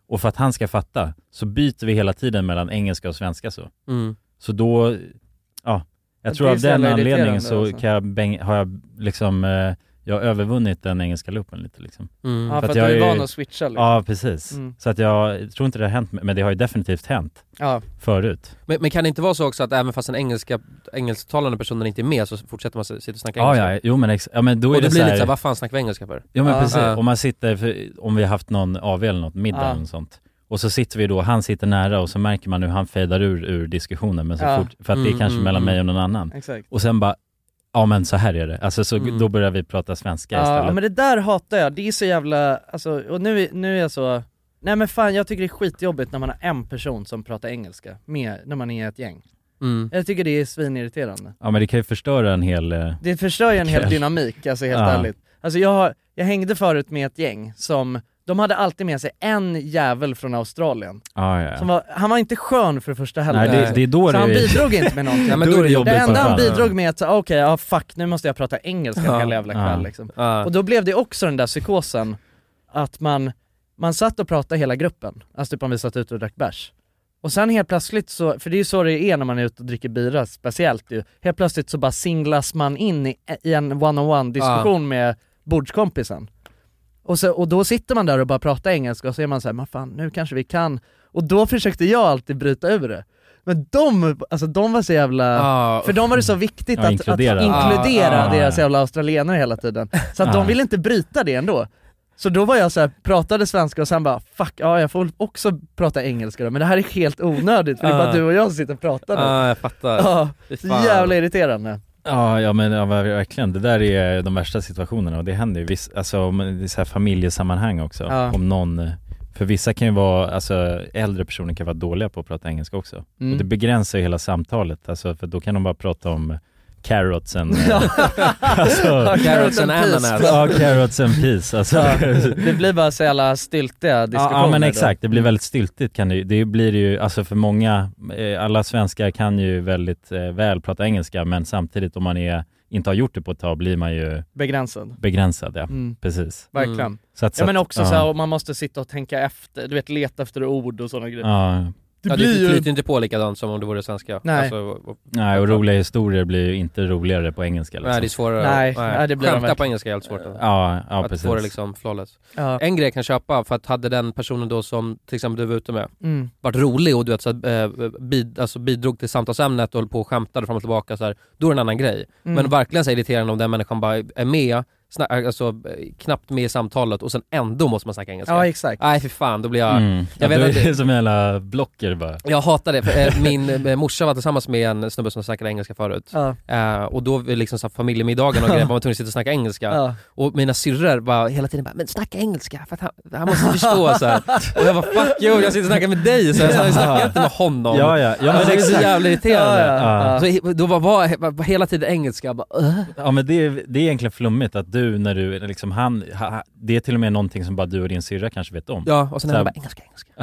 Och för att han ska fatta så byter vi hela tiden mellan engelska och svenska så. Så då, ja, jag tror av den anledningen så kan har jag liksom, jag har övervunnit den engelska loopen lite liksom. Ja, för att jag är van att switcha liksom. Ja, precis. Så att jag tror inte det har hänt, men det har ju definitivt hänt förut. Men kan det inte vara så också att även fast en engelsktalande personen inte är med så fortsätter man sitta och snacka engelska? Ja, jo men då är och det blir så här, lite så här, vad fan snackar vi engelska för? Ja men precis, om man sitter, om vi har haft någon AV eller något, middag eller sånt. Och så sitter vi då, han sitter nära och så märker man hur han fejdar ur diskussionen. Men så fort, för att det är kanske mellan mig och någon annan. Exakt. Och sen bara, ja men så här är det. Alltså så då börjar vi prata svenska istället. Ja men det där hatar jag, det är så jävla, alltså, och nu är jag så, nej men fan jag tycker det är skitjobbigt när man har en person som pratar engelska med, när man är ett gäng. Jag tycker det är svinirriterande. Ja men det kan ju förstöra en hel... Det förstör ju en hel dynamik, alltså helt ärligt. Alltså jag hängde förut med ett gäng som, de hade alltid med sig en jävel från Australien. Som han var inte skön för första heller. Nej, det är då så han bidrog inte med någonting. Ja, men då är det jobbigt. Det enda han bidrog med att fuck, nu måste jag prata engelska hela jävla kväll liksom. Och då blev det också den där psykosen att man satt och pratade hela gruppen. Alltså typ om vi satt ut och drack bärs. Och sen helt plötsligt så, för det är ju så det är när man är ute och dricker bira speciellt ju. Helt plötsligt så bara singlas man in i en one-on-one diskussion med bordskompisen. Och då sitter man där och bara pratar engelska och så är man så här, men fan, nu kanske vi kan. Och då försökte jag alltid bryta över det. Men de var så jävla... För dem var det så viktigt att inkludera deras jävla australienare hela tiden. Så att de ville inte bryta det ändå. Så då var jag så här, pratade svenska och sen bara, fuck, jag får också prata engelska då. Men det här är helt onödigt, för det är bara du och jag som sitter och pratar nu. Jag fattar. Så jävla irriterande. Ja men verkligen, det där är de värsta situationerna och det händer ju alltså om det är så här familjesammanhang också, om någon, för vissa kan ju vara, alltså äldre personer kan vara dåliga på att prata engelska också och det begränsar ju hela samtalet, alltså för då kan de bara prata om carrots and carrots and ananas. Ja, carrots and peas alltså. Det blir bara så jävla styltiga diskussioner. Ja men exakt, det blir väldigt styltigt det blir ju, alltså för många, alla svenskar kan ju väldigt väl prata engelska, men samtidigt om man inte har gjort det på ett tag blir man ju begränsad, ja. Precis. Verkligen. Så men också så här, man måste sitta och tänka efter, du vet, leta efter ord och sådana grejer. Ja. Det flyter inte på likadant som om det vore svenska. Nej. Alltså, Nej, och roliga historier blir ju inte roligare på engelska liksom. Nej, det är svårare. Nej, det blir skämta på engelska är helt svårt. Ja, att precis. få det liksom flawless. Ja. En grej jag kan köpa, för att hade den personen då som till exempel du var ute med varit rolig och du vet, så bidrog till samtalsämnet och höll på och skämtade fram och tillbaka så här, då är det en annan grej. Men verkligen så irriterande om den människan bara är med, alltså knappt med i samtalet och sen ändå måste man snacka engelska. Ja, exakt. Nej, för fan, då blir jag... Jag vet att det är som hela blocker bara. Jag hatar det, för min morsa var tillsammans med en snubbe som snackade engelska förut. Och då liksom så familjemiddagen och grejer var man tvungen att sitta och snacka engelska. Och mina syrror var hela tiden bara, men snacka engelska för att han måste förstå så här. Och jag var fuck you, jag sitter och snackar med dig så jag snackar inte med honom. Ja, men det är så jävla irriterande. Så då var hela tiden engelska bara, Ja, men det är egentligen flummigt att du, när du liksom det är till och med någonting som bara du och din syrra kanske vet om. Ja, och sen är det bara engelska.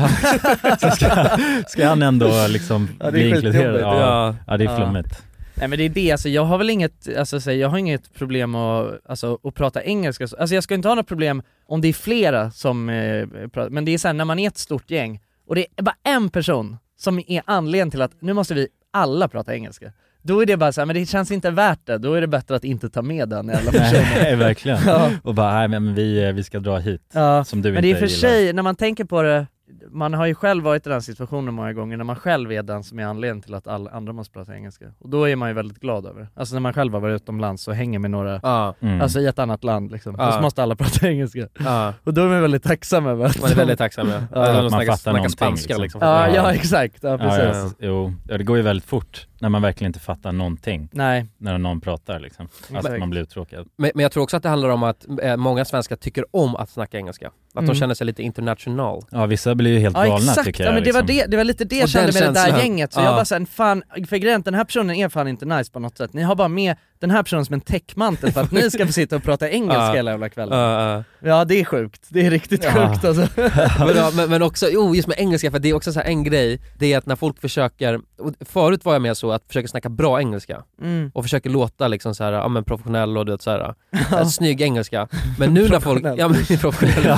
Så ska han ändå liksom bli inkluderad. Ja, det är flummigt. Nej men det är det, alltså jag har väl jag har inget problem att prata engelska. Alltså jag ska inte ha något problem om det är flera som pratar, men det är sen när man är ett stort gäng och det är bara en person som är anledningen till att nu måste vi alla prata engelska. Då är det bara så här, men det känns inte värt det. Då är det bättre att inte ta med den i alla personer. Nej, verkligen. Och bara, nej men vi ska dra hit. Som du men det är för sig, när man tänker på det, man har ju själv varit i den situationen många gånger när man själv är den som är anledningen till att alla andra måste prata engelska. Och då är man ju väldigt glad över. Alltså när man själv har varit utomlands och hänger med några, alltså i ett annat land liksom. Och så måste alla prata engelska. Och då är man väldigt tacksam över att... Man är väldigt tacksam, att man fattar någonting spanska liksom. Ja, exakt. Ja, precis. Det går ju väldigt fort när man verkligen inte fattar någonting. Nej. När någon pratar liksom. Alltså man blir uttråkad. Men jag tror också att det handlar om att många svenskar tycker om att snacka engelska. Att de känner sig lite international. Ja, vissa blir ju helt galna, exakt. tycker jag. Ja, men det var lite det jag kände med det där gänget. Så jag bara såhär, fan, för grejen, den här personen är fan inte nice på något sätt. Ni har bara med den här personen som en täckmantel för att ni ska få sitta och prata engelska hela jävla kvällen. Ja, det är sjukt. Det är riktigt sjukt alltså. men också, just med engelska, för det är också så här en grej, det är att när folk försöker, förut var jag med så att försöka snacka bra engelska och försöker låta liksom så här, ja men professionell och du vet så här, snygg engelska. Men nu när folk, ja men professionell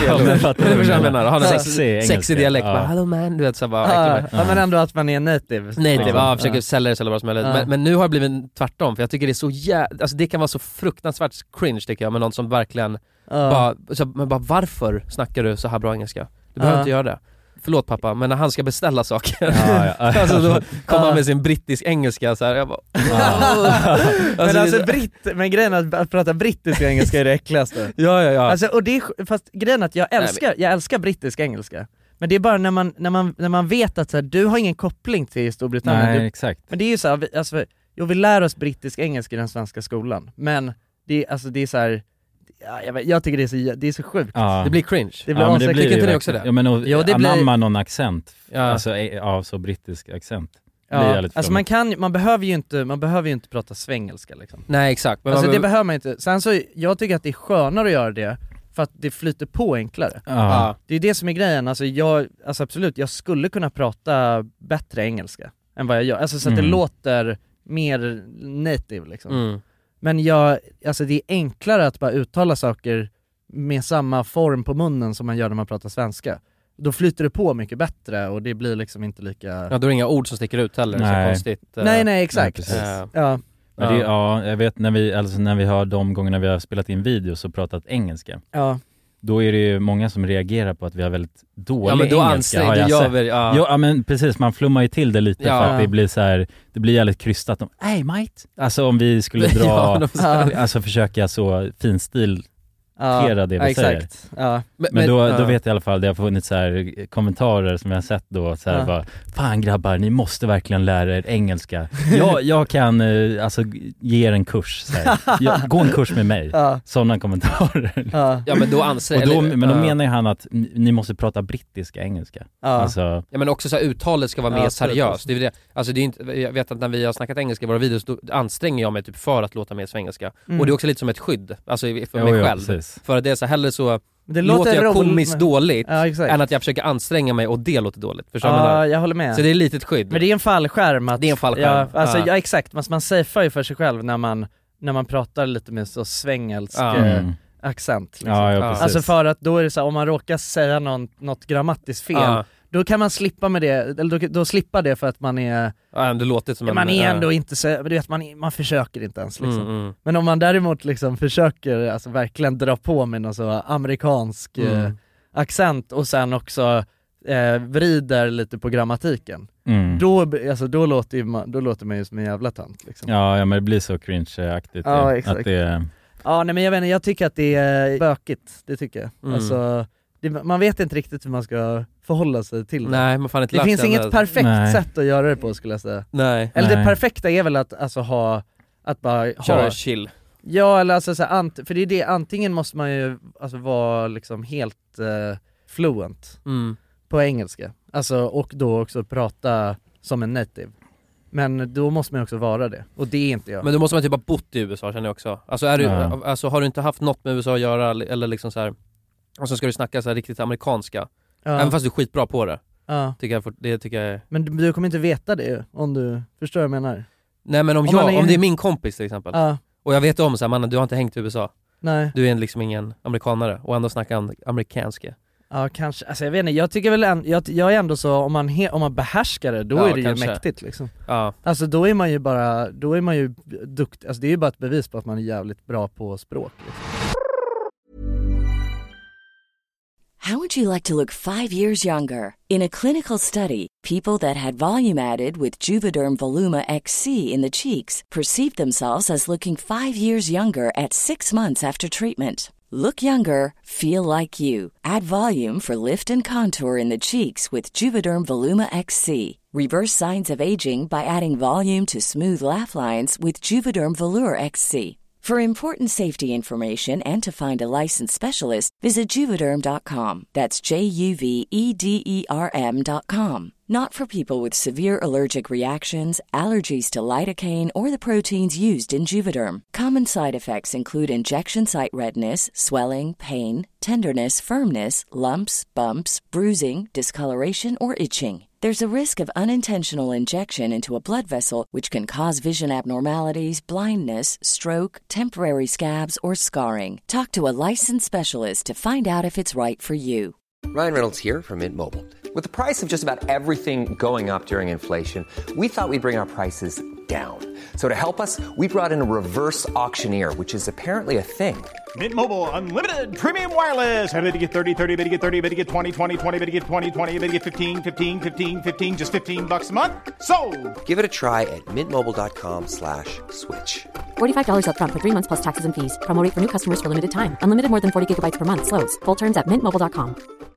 sexig dialekt, bara hello man, du vet så bara ja men ändå att man är native, försöker sälja det så bra som möjligt. Men nu har det blivit tvärtom, för jag tycker det är så alltså det kan vara så fruktansvärt cringe tycker jag, med någon som verkligen bara varför snackar du så här bra engelska? Du behöver inte göra det. Förlåt pappa, men när han ska beställa saker alltså då kommer han med sin brittisk engelska så här, jag bara men grejen att prata brittisk engelska är det äckligaste. Ja. Alltså, och det är, fast grejen att jag älskar brittisk engelska. Men det är bara när man vet att så här, du har ingen koppling till Storbritannien. Nej, exakt. Men det är ju så här, alltså, vi lär oss brittisk engelska i den svenska skolan. Men det är så här, jag tycker det är så sjukt. Det blir cringe. Det blir tycker inte ni också det? Ja, men anamma någon accent. Alltså så brittisk accent. Alltså man behöver ju inte prata svengelska liksom. Nej, exakt. Men alltså det behöver man inte. Sen så jag tycker att det är skönare att göra det för att det flyter på enklare. Det är det som är grejen. Alltså absolut, jag skulle kunna prata bättre engelska än vad jag gör. Alltså så att det låter mer native liksom. Men alltså det är enklare att bara uttala saker med samma form på munnen som man gör när man pratar svenska. Då flyter det på mycket bättre och det blir liksom inte lika... Ja, då är det inga ord som sticker ut heller, så konstigt. Nej, exakt. Men jag vet när vi har de gångerna vi har spelat in videos och pratat engelska. Då är det ju många som reagerar på att vi har väldigt dålig engelska, har jag sett. Ja, men precis, man flummar ju till det lite för att det blir så här, det blir jävligt krystat. Hey mate! Alltså om vi skulle dra, alltså försöka så finstil det vi säger. Men då vet jag i alla fall, det har funnits så här kommentarer som jag har sett då så här bara, fan grabbar, ni måste verkligen lära er engelska. Jag kan alltså ge er en kurs så här. Gå en kurs med mig. Sådana kommentarer. Ja, men då men då menar ju han att ni måste prata brittiska engelska. Alltså, ja, men också så här, uttalet ska vara mer seriöst. Det är det. Alltså det är inte, jag vet att när vi har snackat engelska i våra videos, då anstränger jag mig typ för att låta mer svengelska. Och det är också lite som ett skydd, alltså för mig själv. Precis. För att det är så hellre så låter jag komiskt dåligt än att jag försöker anstränga mig och det låter dåligt. Jag håller med. Så det är lite ett skydd. Men det är en fallskärm att, det är en fallskärm. Exakt, man safear ju för sig själv när man pratar lite med så svengelsk accent liksom. Alltså för att då är det så här, om man råkar säga något grammatiskt fel, då kan man slippa med det, eller då slippa det för att man är det låter som man är ändå inte så, du vet, man försöker inte ens liksom. Men om man däremot liksom försöker alltså verkligen dra på med någon så amerikansk accent och sen också vrider lite på grammatiken, då låter man ju som en jävla tant liksom. Ja, men det blir så cringe-aktigt exakt. Att det... nej men jag vet inte, jag tycker att det är bökigt, det tycker jag. Alltså man vet inte riktigt hur man ska förhålla sig till det. Nej, man får inte. Det finns inget perfekt sätt att göra det på, skulle jag säga. Nej. Eller det perfekta är väl att alltså köra chill. Ja, eller alltså så här, för det är det, antingen måste man ju alltså vara liksom helt fluent på engelska. Alltså, och då också prata som en native. Men då måste man också vara det. Och det är inte jag. Men då måste man typ ha bott i USA, känner jag också. Alltså alltså har du inte haft något med USA att göra, eller liksom så här, och så ska du snacka så här riktigt amerikanska. Även fast du är skitbra på det. Det tycker jag är... Men du kommer inte veta det om du förstår vad jag menar. Nej, men om det är min kompis till exempel. Och jag vet om så här, man, du har inte hängt i USA. Nej. Du är liksom ingen amerikanare och ändå snackar amerikanska. Ja, kanske. Alltså jag vet inte, jag tycker väl jag är ändå så, om man behärskar det, då är det kanske ju mäktigt liksom. Alltså då är man ju duktig. Alltså det är ju bara ett bevis på att man är jävligt bra på språk liksom. How would you like to look 5 years younger? In a clinical study, people that had volume added with Juvederm Voluma XC in the cheeks perceived themselves as looking 5 years younger at 6 months after treatment. Look younger, feel like you. Add volume for lift and contour in the cheeks with Juvederm Voluma XC. Reverse signs of aging by adding volume to smooth laugh lines with Juvederm Volure XC. For important safety information and to find a licensed specialist, visit Juvederm.com. That's JUVEDERM.com. Not for people with severe allergic reactions, allergies to lidocaine, or the proteins used in Juvederm. Common side effects include injection site redness, swelling, pain, tenderness, firmness, lumps, bumps, bruising, discoloration, or itching. There's a risk of unintentional injection into a blood vessel, which can cause vision abnormalities, blindness, stroke, temporary scabs, or scarring. Talk to a licensed specialist to find out if it's right for you. Ryan Reynolds here from Mint Mobile. With the price of just about everything going up during inflation, we thought we'd bring our prices down. So to help us, we brought in a reverse auctioneer, which is apparently a thing. Mint Mobile Unlimited Premium Wireless. How to get 30, 30, bit to get 30, bit to get 20, 20, 20, bit to get 20, 20, bit to get 15, 15, 15, 15, just $15 a month? Sold! Give it a try at mintmobile.com/switch. $45 up front for 3 months plus taxes and fees. Promo rate for new customers for limited time. Unlimited more than 40 gigabytes per month. Slows full terms at mintmobile.com.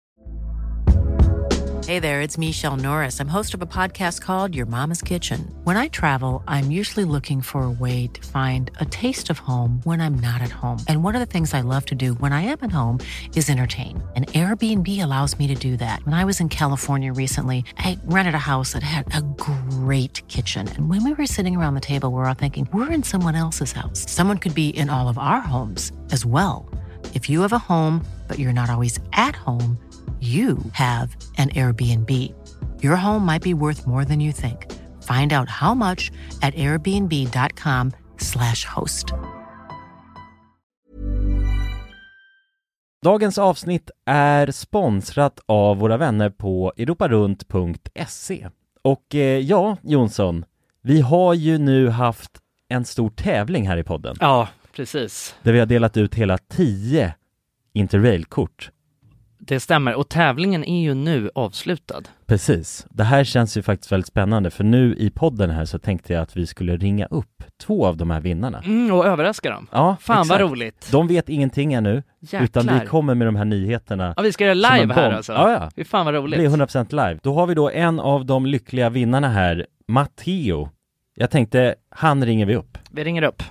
Hey there, it's Michelle Norris. I'm host of a podcast called Your Mama's Kitchen. When I travel, I'm usually looking for a way to find a taste of home when I'm not at home. And one of the things I love to do when I am at home is entertain. And Airbnb allows me to do that. When I was in California recently, I rented a house that had a great kitchen. And when we were sitting around the table, we were all thinking, we're in someone else's house. Someone could be in all of our homes as well. If you have a home, but you're not always at home, you have an Airbnb. Your home might be worth more than you think. Find out how much at airbnb.com/host. Dagens avsnitt är sponsrat av våra vänner på europarunt.se. Och ja, Jonsson, vi har ju nu haft en stor tävling här i podden. Ja, precis. Där vi har delat ut hela 10 Interrail-kort. Det stämmer, och tävlingen är ju nu avslutad. Precis. Det här känns ju faktiskt väldigt spännande, för nu i podden här så tänkte jag att vi skulle ringa upp 2 av de här vinnarna. Och överraska dem. Ja, fan exakt. vad roligt. De vet ingenting ännu, Jäklar. utan vi kommer med de här nyheterna. Ja, vi ska göra live här alltså. Ja. Det är fan vad roligt. Det blir 100% live. Då har vi då en av de lyckliga vinnarna här, Matteo. Jag tänkte, han ringer vi upp. Vi ringer upp.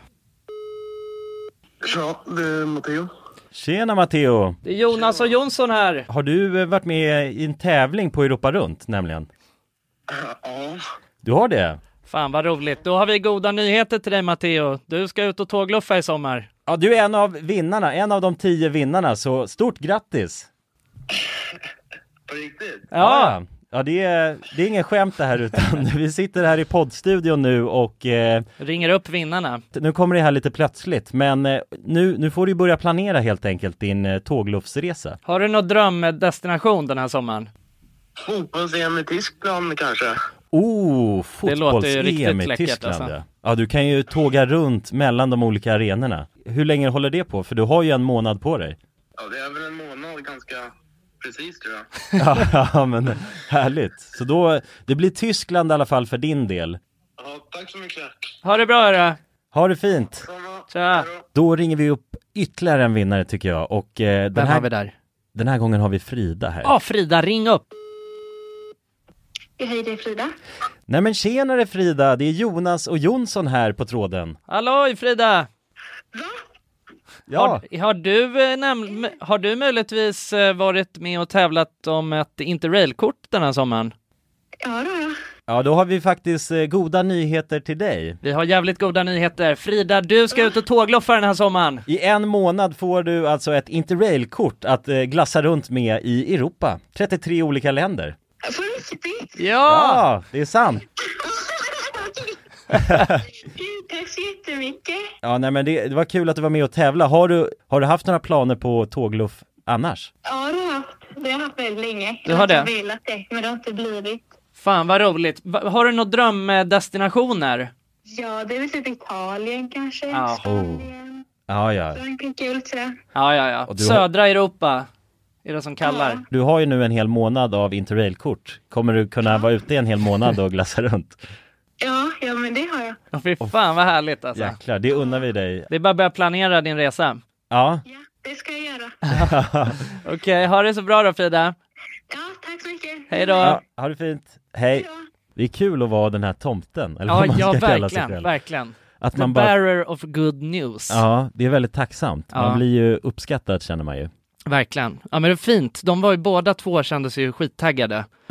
Ja, det är Matteo. Tjena Matteo! Det är Jonas och Jonsson här. Har du varit med i en tävling på Europa Runt nämligen? Ja. Du har det? Fan vad roligt. Då har vi goda nyheter till dig Matteo. Du ska ut och tågluffa i sommar. Ja, du är en av vinnarna, en av de 10 vinnarna, så stort grattis! På riktigt? Ja, det är ingen skämt det här, utan vi sitter här i poddstudion nu och ringer upp vinnarna. Nu kommer det här lite plötsligt, men nu får du börja planera helt enkelt din tågluffsresa. Har du någon drömdestination den här sommaren? Fotbolls-EM i Tyskland kanske. Fotbolls-EM i Tyskland alltså. Ja, du kan ju tåga runt mellan de olika arenorna. Hur länge håller det på? För du har ju en månad på dig. Ja, det är väl en månad ganska precis tror jag. Ja, men härligt. Så då, det blir Tyskland i alla fall för din del. Ja, tack så mycket. Ha det bra då. Ha det fint. Tja. Då ringer vi upp ytterligare en vinnare tycker jag. Och vem har vi där? Den här gången har vi Frida här. Ja, Frida, ring upp. Hej, det är Frida. Nej men tjenare Frida, det är Jonas och Jonsson här på tråden. Halloj Frida! Va? Ja. Har du möjligtvis varit med och tävlat om ett Interrail-kort den här sommaren? Ja, då. Ja, då har vi faktiskt goda nyheter till dig. Vi har jävligt goda nyheter. Frida, du ska ut och tågluffa den här sommaren. I en månad får du alltså ett Interrail-kort att glassa runt med i Europa. 33 olika länder. På riktigt? Ja, det är sant. Tack så jättemycket. Ja, nej men det var kul att du var med och tävla. Har du haft några planer på tågluff annars? Ja, det har jag haft väldigt länge. Du har det? Jag har velat det, men det har inte blivit. Fan vad roligt. Har du några drömdestinationer? Ja, det är väl typ Italien kanske. Ja. Spanien. Ja. Frankrike, kul sådär. Ja. Södra Europa är det som kallar. Ja. Du har ju nu en hel månad av Interrail-kort. Kommer du kunna vara ute en hel månad och glassa runt? Ja, men det har jag. Ja, fy fan vad härligt alltså. Jäklar, det unnar vi dig. Det är bara att börja planera din resa. Ja. Ja, det ska jag göra. Okej, ha det så bra då Frida. Ja, tack så mycket. Hej då. Ja, ha det fint. Hej. Det är kul att vara den här tomten. Eller Ja, vad man ska kalla sig själv. verkligen. Att The man bara... bearer of good news. Ja, det är väldigt tacksamt. Man blir ju uppskattad känner man ju. Verkligen. Ja, men det är fint. De var ju båda två, kände sig ju skittaggade. Ja.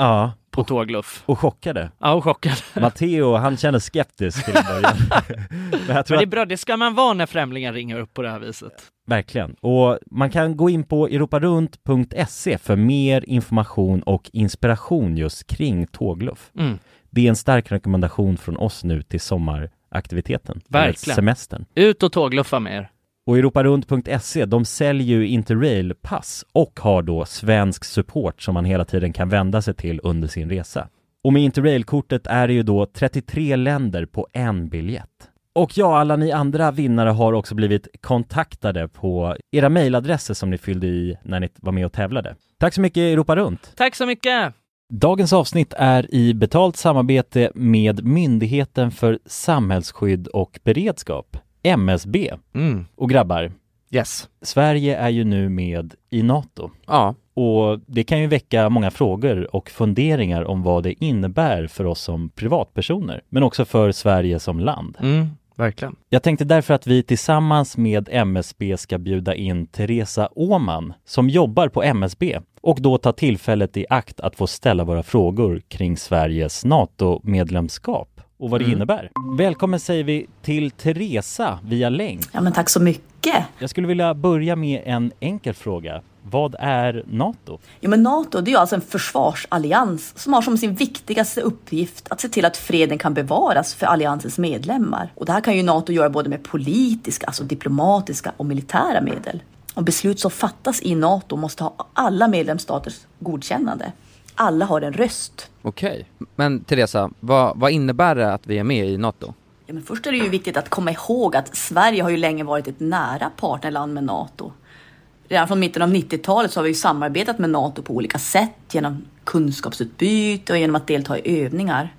på tågluff. Och chockade. Ja, och chockade. Matteo, han kände skeptisk till början. Men jag tror Men det är bra, det ska man vara när främlingar ringer upp på det här viset. Verkligen. Och man kan gå in på europarunt.se för mer information och inspiration just kring tågluff. Det är en stark rekommendation från oss nu till sommaraktiviteten. Verkligen. Semestern. Ut och tågluffa med er. Och europarunt.se, de säljer ju Interrail-pass och har då svensk support som man hela tiden kan vända sig till under sin resa. Och med Interrail-kortet är det ju då 33 länder på en biljett. Och ja, alla ni andra vinnare har också blivit kontaktade på era mejladresser som ni fyllde i när ni var med och tävlade. Tack så mycket Europa Runt! Tack så mycket! Dagens avsnitt är i betalt samarbete med Myndigheten för samhällsskydd och beredskap, MSB. Och grabbar, yes. Sverige är ju nu med i NATO. Ja. Och det kan ju väcka många frågor och funderingar om vad det innebär för oss som privatpersoner, men också för Sverige som land. Verkligen. Jag tänkte därför att vi tillsammans med MSB ska bjuda in Teresa Åman som jobbar på MSB och då ta tillfället i akt att få ställa våra frågor kring Sveriges NATO-medlemskap och vad det innebär. Välkommen säger vi till Teresa via länk. Ja, men tack så mycket. Jag skulle vilja börja med en enkel fråga. Vad är NATO? Ja, men NATO, det är alltså en försvarsallians som har som sin viktigaste uppgift att se till att freden kan bevaras för alliansens medlemmar. Och det här kan ju NATO göra både med politiska, alltså diplomatiska och militära medel. Och beslut som fattas i NATO måste ha alla medlemsstaters godkännande. Alla har en röst. Okej. Men Teresa, vad innebär det att vi är med i NATO? Ja, men först är det ju viktigt att komma ihåg att Sverige har ju länge varit ett nära partnerland med NATO. Redan från mitten av 90-talet så har vi ju samarbetat med NATO på olika sätt genom kunskapsutbyte och genom att delta i övningar.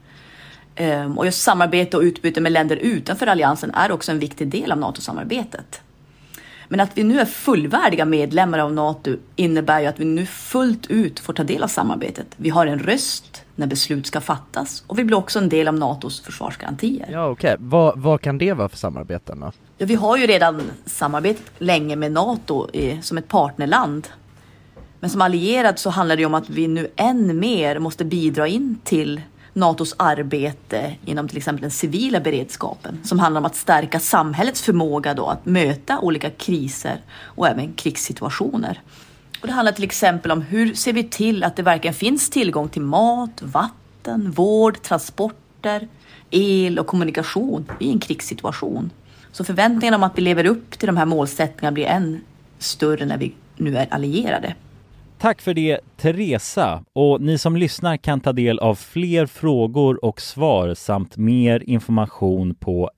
Och just samarbete och utbyte med länder utanför alliansen är också en viktig del av NATO-samarbetet. Men att vi nu är fullvärdiga medlemmar av NATO innebär ju att vi nu fullt ut får ta del av samarbetet. Vi har en röst när beslut ska fattas och vi blir också en del av NATOs försvarsgarantier. Ja, okej. Vad kan det vara för samarbeten då? Ja, vi har ju redan samarbetat länge med NATO som ett partnerland. Men som allierad så handlar det om att vi nu än mer måste bidra in till NATOs arbete inom till exempel den civila beredskapen som handlar om att stärka samhällets förmåga då att möta olika kriser och även krigssituationer. Och det handlar till exempel om hur ser vi till att det verkligen finns tillgång till mat, vatten, vård, transporter, el och kommunikation i en krigssituation. Så förväntningarna om att vi lever upp till de här målsättningarna blir än större när vi nu är allierade. Tack för det Teresa, och ni som lyssnar kan ta del av fler frågor och svar samt mer information på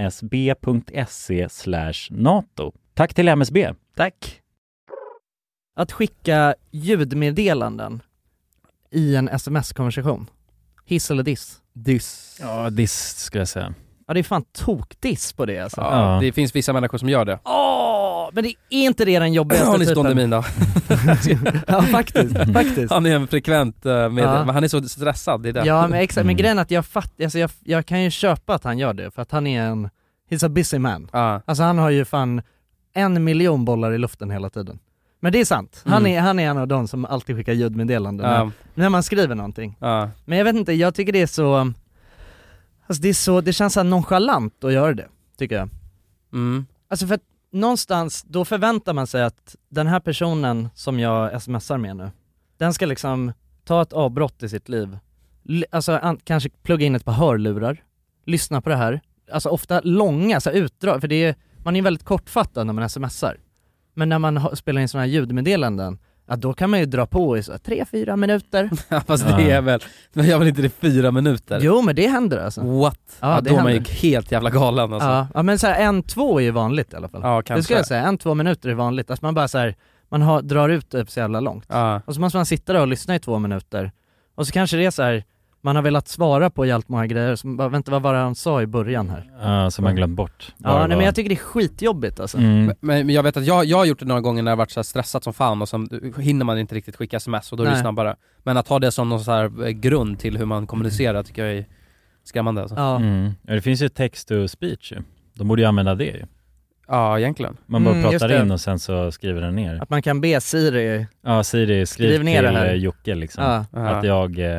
msb.se/NATO. Tack till MSB. Tack. Att skicka ljudmeddelanden i en sms-konversation. Hiss eller diss? Diss. Ja, diss skulle jag säga. Ja, det är fan tokdiss på det alltså. Ja, det finns vissa människor som gör det. Men det är inte det den jobbigaste Har ni stående min då? Ja, faktiskt. Han är en frekvent men han är så stressad, det är det. Ja, men exakt, men grejen är att jag kan ju köpa att han gör det, för att han är he's a busy man. Alltså han har ju fan 1 miljon bollar i luften hela tiden. Men det är sant. Han är en av de som alltid skickar ljudmeddelanden när man skriver någonting. Men jag vet inte, jag tycker det är så, alltså det känns så nonchalant att göra det, tycker jag. Alltså för att någonstans, då förväntar man sig att den här personen som jag smsar med nu, den ska liksom ta ett avbrott i sitt liv. Alltså kanske plugga in ett par hörlurar, lyssna på det här. Alltså ofta långa så utdrag, för man är väldigt kortfattad när man smsar. Men när man spelar in sådana här ljudmeddelanden, ja, då kan man ju dra på i så 3-4 minuter. Ja, fast det är väl, men jag vill inte det 4 minuter. Jo, men det händer alltså. What? Ja, då är man ju helt jävla galen alltså. Ja, men så här 1-2 är ju vanligt i alla fall. Ja, kanske. Det ska jag säga, 1-2 minuter är vanligt. Alltså man bara så här, drar ut det så jävla långt. Och så måste man sitta där och lyssna i 2 minuter. Och så kanske det är så här, man har velat svara på jävligt många grejer. Så bara, vänta, vad var det han sa i början här? Ja, som man glömt bort. Ja, nej, men jag tycker det är skitjobbigt alltså. Men jag vet att jag har gjort det några gånger när jag varit så här stressat som fan och så hinner man inte riktigt skicka sms och då är det snabbare. Men att ha det som någon så här grund till hur man kommunicerar tycker jag är skrämmande alltså. Ja, det finns ju text to speech ju. De borde ju använda det ju. Ja, egentligen. Man bara pratar in och sen så skriver den ner. Att man kan be Siri. Ja, Siri skriv ner till Jocke liksom. Att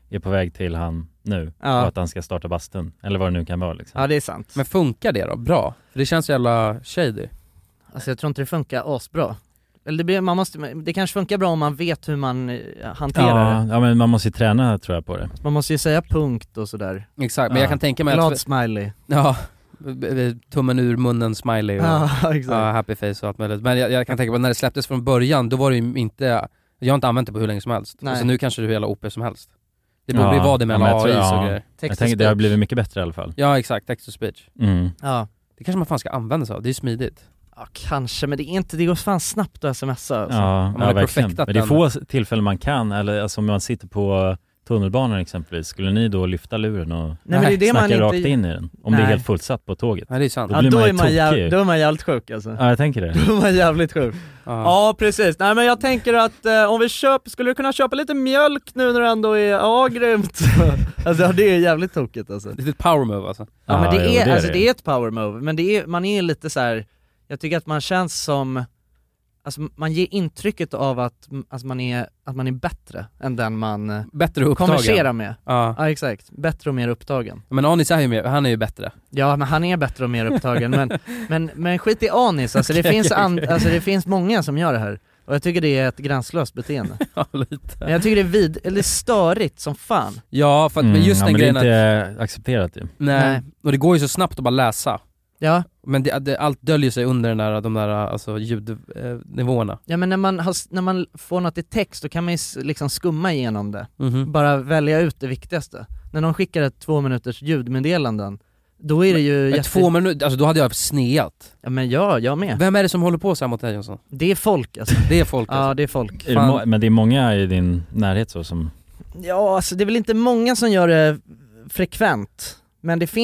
är på väg till han nu Ja. och att han ska starta bastun, eller vad det nu kan vara liksom. Ja, det är sant. Men funkar det då? Bra? För det känns jävla shady. Alltså jag tror inte det funkar asbra. Eller det kanske funkar bra om man vet hur man hanterar det. Ja, men man måste ju träna tror jag på det. Man måste ju säga punkt och sådär. Exakt, men jag kan tänka mig glad smiley. Ja, tummen ur munnen smiley och exakt. happy face och allt möjligt. Men jag kan tänka på när det släpptes från början, då var det ju inte, jag har inte använt det på hur länge som helst. Nej. Alltså nu kanske det är hur jävla OP som helst. Det borde ju vara det med alla AI och grejer. Jag tänker det har blivit mycket bättre i alla fall. Ja exakt, text to speech. Ja. Det kanske man fan ska använda sig av, det är smidigt. Ja, kanske, men det går fan snabbt att smsa alltså. Ja, verkligen. Men det är få tillfällen man kan, eller alltså om man sitter på tunnelbanan exempelvis, skulle ni då lyfta luren och snacka rakt in i den? Om det är helt fullsatt på tåget. Nej, det är sant. Då är man jävligt sjuk alltså. Ja, jag tänker det. Då är man jävligt sjuk. Ja, precis. Nej, men jag tänker att om vi skulle du kunna köpa lite mjölk nu när det ändå är grymt. Alltså det är jävligt tokigt alltså. Det är ett power move alltså. Ja, men det är ett power move, men man är lite så här. Jag tycker att man känns som, alltså man ger intrycket av att man är bättre än den man konverserar med. Ja, exakt. Bättre och mer upptagen. Men Anis är ju mer, han är ju bättre. Ja, men han är bättre och mer upptagen. men skit i Anis, alltså det finns många som gör det här. Och jag tycker det är ett gränslöst beteende. Ja, lite. Men jag tycker det är störigt som fan. Ja, för att men just den men grejen det är inte accepterat ju. Nej, och det går ju så snabbt att bara läsa. Ja. Men allt döljer sig under de där alltså, ljudnivåerna. Ja, men när man får något i text då kan man ju liksom skumma igenom det. Mhm. Bara välja ut det viktigaste. När de skickar ett 2 minuters ljudmeddelanden, då är det ju 2 minuter, alltså då hade jag sneat. Ja, men jag med. Vem är det som håller på så här mot dig Jonsson? Det är folk alltså. Det är folk alltså. Ja, det är folk. Men det är många i din närhet så som... Ja, alltså det är väl inte många som gör det frekvent. Men det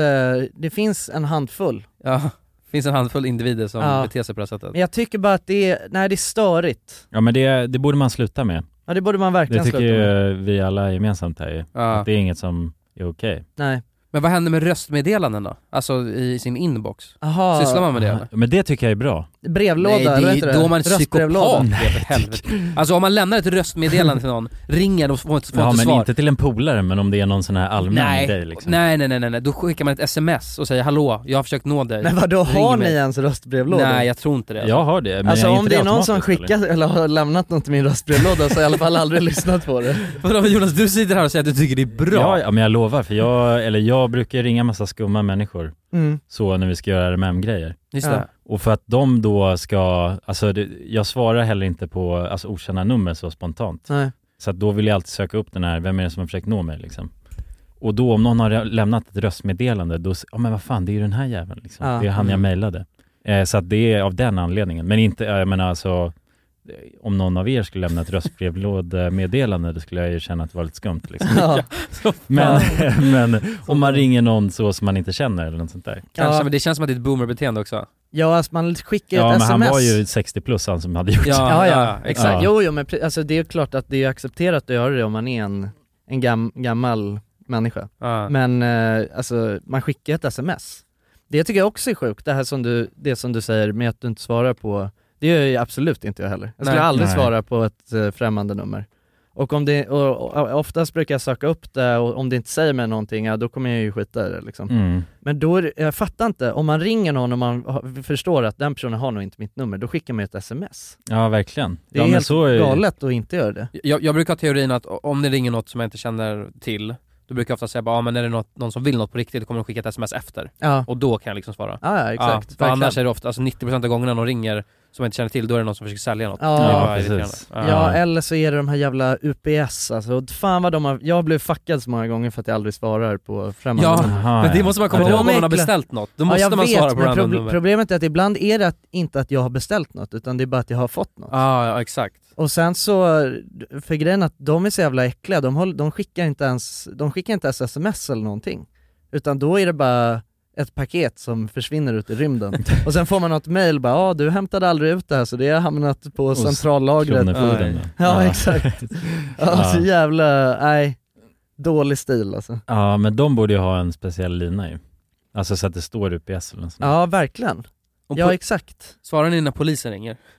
finns en handfull. Ja, det finns en handfull individer som beter sig på det sättet. Men jag tycker bara att det är störigt. Ja, men det borde man sluta med. Ja, det borde man verkligen sluta med. Det tycker vi alla gemensamt här. Att det är inget som är okej. Nej. Men vad händer med röstmeddelanden då? Alltså i sin inbox? Aha. Sysslar man med det eller? Men det tycker jag är bra. Brevlåda, nej, eller heter det? Då är man psykopat. Nej. Alltså om man lämnar ett röstmeddelande till någon, ringer och får inte Ja, men svar. inte till en polare, men om det är någon sån här allmän grej liksom. Nej, då skickar man ett sms och säger hallå, jag har försökt nå dig. Men vadå, har ni ens röstbrevlåda? Nej, jag tror inte det. Jag har det, men alltså jag om det är någon som skickar eller har lämnat något till min röstbrevlåda så har jag i alla fall aldrig lyssnat på det. Vadå, Jonas, du sitter här och säger att du tycker det är bra. Ja, men jag lovar, för jag brukar ringa massa skumma människor så när vi ska göra RMM-grejer. Just det. Och för att de då ska, alltså jag svarar heller inte på alltså, okända nummer så spontant. Nej. Så att då vill jag alltid söka upp den här, vem är det som har försökt nå mig liksom. Och då om någon har lämnat ett röstmeddelande, då, men vad fan, det är ju den här jäveln liksom. Det är han jag mejlade. Så att det är av den anledningen. Men inte, jag menar alltså, om någon av er skulle lämna ett röstbrevlådemeddelande, då skulle jag ju känna att det var lite skumt liksom. Ja. men om man ringer någon så som man inte känner eller något sånt där. Kanske, men det känns som att det är ett boomerbeteende också. Ja, alltså man skickar ett men sms. han var ju 60 plus han som hade gjort det. Ja, exakt. Jo, men alltså det är klart att det är accepterat att göra det om man är en gammal människa. Men alltså man skickar ett sms. Det tycker jag också är sjukt, det som du säger med att du inte svarar på. Det gör jag absolut inte jag heller. Jag skulle aldrig svara på ett främmande nummer. Och oftast brukar jag söka upp det, och om det inte säger mig någonting, då kommer jag ju skita i det liksom. Men då jag fattar inte, om man ringer någon och man förstår att den personen har nog inte mitt nummer, då skickar man ett sms. Ja, verkligen. Det är helt galet att inte göra det. Jag brukar ha teorin att om det ringer något som jag inte känner till, då brukar jag ofta säga bara, men är det någon som vill något på riktigt, då kommer de skicka ett sms efter. Och då kan jag liksom svara. Ja, exakt. För annars är det ofta, alltså 90% av gångerna någon ringer som jag inte känner till, då är det någon som försöker sälja något. Ja, eller så är det de här jävla UPS, alltså fan vad jag blev fuckad så många gånger för att jag aldrig svarar på främmande nummer. Men det måste man komma ihåg om man har beställt något. Då måste man svara på random nummer. Problemet är att ibland är det inte att jag har beställt något, utan det är bara att jag har fått något. Ja, exakt. Och sen så, för grejen att de är så jävla äckliga, de skickar inte ens sms eller någonting. Utan då är det bara ett paket som försvinner ut i rymden. Och sen får man något mejl bara, du hämtade aldrig ut det här, så det har hamnat på centrallagret. Ja, exakt. Så jävla, dålig stil alltså. Ja, men de borde ju ha en speciell lina ju. Alltså så att det står UPS eller något sånt. Ja, verkligen. Ja, exakt. Svarar ni när polisen ringer?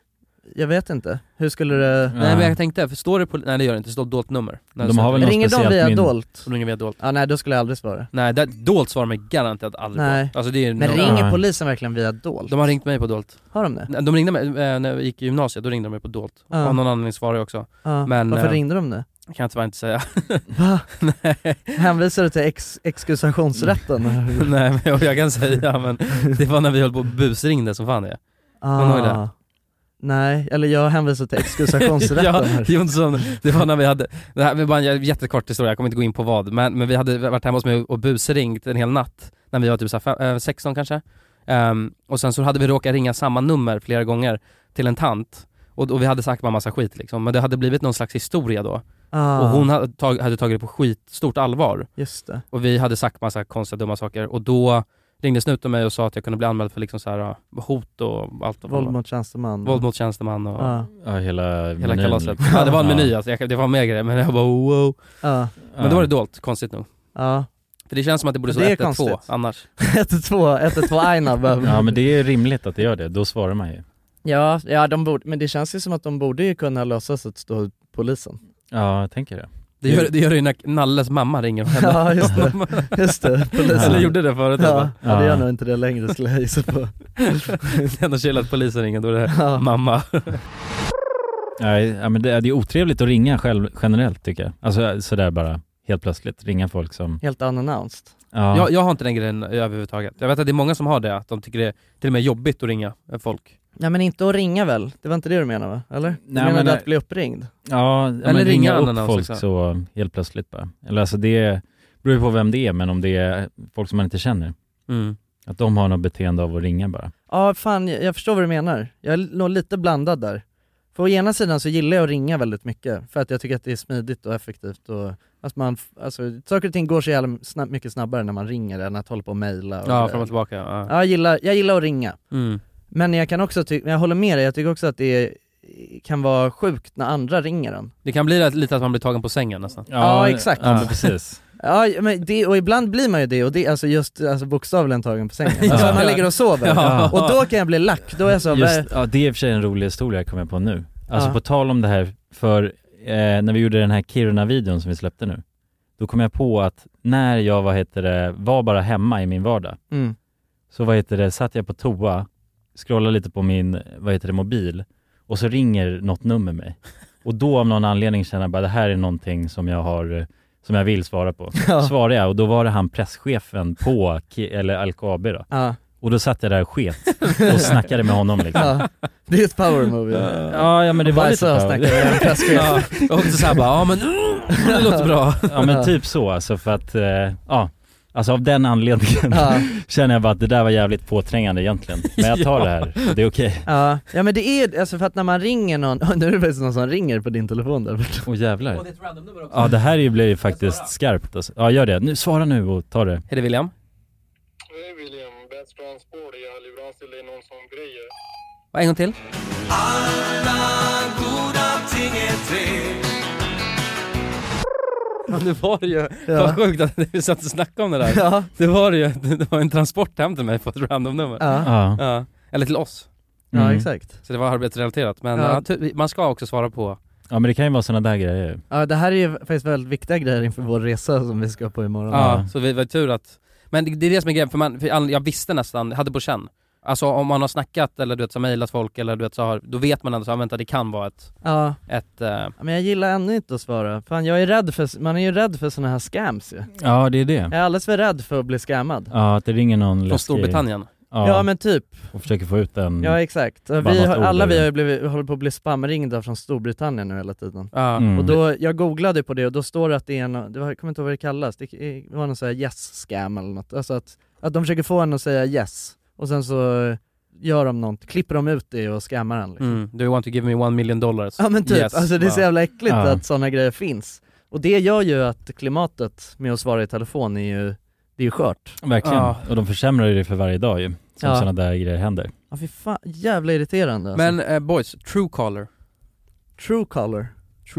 jag vet inte. Hur skulle det... Nej men jag tänkte, för står det på... Nej det gör det inte, det står dolt nummer. De har väl något ringer de via dolt? De ringer via dolt. Ja, nej, då skulle jag aldrig svara. Nej, dolt svarar mig garanterat aldrig nej. på. Alltså, det är men ringer polisen verkligen via dolt? De har ringt mig på dolt. Har de det? De ringde mig, när jag gick i gymnasiet, då ringde de mig på dolt. Av någon anledning svarar jag också. Men, varför ringde de det? Kan jag tyvärr inte säga. Va? Nej. Hänvisar du till exkusationsrätten? Nej, men jag kan säga, men det var när vi höll på och busringde som fan det. Det. Nej, eller jag hänvisar till exkusationsrätten. Jonsson, det var när vi hade, det här var bara en jättekort historia, jag kommer inte gå in på vad, men vi hade varit hemma hos mig och busringt en hel natt, när vi var typ så 16 kanske. Och sen så hade vi råkat ringa samma nummer flera gånger till en tant. Och vi hade sagt en massa skit liksom. Men det hade blivit någon slags historia då. Och hon hade tagit det på skitstort allvar. Just det. Och vi hade sagt massa konstiga dumma saker. Och då ringde snuten mig och sa att jag kunde bli anmäld för liksom så här hot och allt. Våld mot tjänsteman. Våld mot tjänsteman och hela kalaset. Ja, det var en meny alltså. Det var mer grejer. Men jag bara wow. Men då var det dolt, konstigt nog. Ja. För det känns som att det borde stå 112 annars. 112 Aina. Ja, men det är rimligt att det gör det. Då svarar man ju. Ja, de borde, men det känns ju som att de borde ju kunna lösa så att stå polisen. Ja, jag tänker det. Det gör det ju när Nalles mamma ringer och henne. Ja, just det. Polisen. Eller gjorde det förut. Ja, det gör nog inte det längre, skulle jag gissa på. Det är ändå chill att polisen ringer, då är det mamma. Ja, men det är otrevligt att ringa själv generellt tycker jag. Alltså sådär bara helt plötsligt ringa folk som... Helt unannounced. Ja. Jag har inte den grejen överhuvudtaget. Jag vet att det är många som har det, att de tycker det är till och med jobbigt att ringa folk. Ja, men inte att ringa väl? Det var inte det du menar, va? Eller? Du menade att bli uppringd? Ja, eller ringa upp folk så helt plötsligt bara. Eller alltså det beror på vem det är, men om det är folk som man inte känner. Att de har något beteende av att ringa bara. Ja, fan, jag förstår vad du menar. Jag är nog lite blandad där. För å ena sidan så gillar jag att ringa väldigt mycket. För att jag tycker att det är smidigt och effektivt. Och alltså, saker och ting går så jävla mycket snabbare när man ringer än att hålla på och mejla. Ja, fram och tillbaka. Ja. Jag gillar att ringa. Men jag kan också jag håller med dig, jag tycker också att det kan vara sjukt när andra ringer en. Det kan bli lite att man blir tagen på sängen nästan. Ja, exakt. Ja, precis. Ja, men det, och ibland blir man ju det, och det alltså just bokstavligen tagen på sängen. Alltså man ligger och sover. Och då kan jag bli lack. Då är jag så just, det är i och för sig en rolig historia jag kommer på nu. Alltså på tal om det här, för när vi gjorde den här Kiruna-videon som vi släppte nu, då kom jag på att när jag var bara hemma i min vardag, så satt jag på toa, scrollade lite på min mobil, och så ringer något nummer mig. Och då av någon anledning känner jag bara, det här är någonting som jag vill svara på. Svarade jag, och då var det han presschefen på LKAB då. Och då satt jag där och sket och snackade med honom liksom. Det är ett power move. Ja, men det var lite power. Och så bara, men det låter bra. Ja, men typ så alltså, för att alltså av den anledningen känner jag bara att det där var jävligt påträngande egentligen. Men jag tar det här, det är okej. Ja, men det är alltså för att när man ringer någon, nu är det faktiskt någon som ringer på din telefon där. Åh jävlar. Ja, det här blir ju faktiskt skarpt alltså. Ja, gör det. Nu, svara nu och ta det. Är det William? Hej William, Bäst transport, jag leverans till dig någon som grejer. Vad, en gång till? Alla goda ting är tre. Ja, nu var det ju, vad sjukt att vi satt och snackade om det där. Ja. Det var en transport hem till mig på ett random nummer. Ja. Eller till oss. Ja, exakt. Så det var arbetsrelaterat. Men man ska också svara på. Ja, men det kan ju vara sådana där grejer. Ja, det här är ju faktiskt väldigt viktiga grejer inför vår resa som vi ska på imorgon. Ja, så vi var tur att... Men det är det som är grejen, för jag visste nästan, hade på känn. Alltså om man har snackat eller du vet så mejlat folk eller du vet så då vet man ändå så vänta, det kan vara men jag gillar ännu inte att svara. Fan, man är ju rädd för såna här scams ju. Ja, det är det. Jag är alldeles för rädd för att bli scammad. Ja, att det ringer någon från Storbritannien. Ja, men typ. Och försöker få ut en... Ja, exakt. Vi håller på att bli spamringda från Storbritannien nu hela tiden. Och då, jag googlade på det och då står det att det är jag kommer inte ihåg vad det kallas. Det var någon sån här yes-scam eller något. Alltså att de försöker få en att säga yes. Och sen så gör de något, klipper de ut det och scammar den liksom. Do you want to give me $1 million? Ja, men typ, yes. Alltså det är så jävla äckligt att sådana grejer finns. Och det gör ju att klimatet med att svara i telefon är ju skört. Verkligen, och de försämrar det för varje dag ju, som sådana där grejer händer. Ja, fy fan, jävla irriterande alltså. Men boys, Truecaller. Truecaller?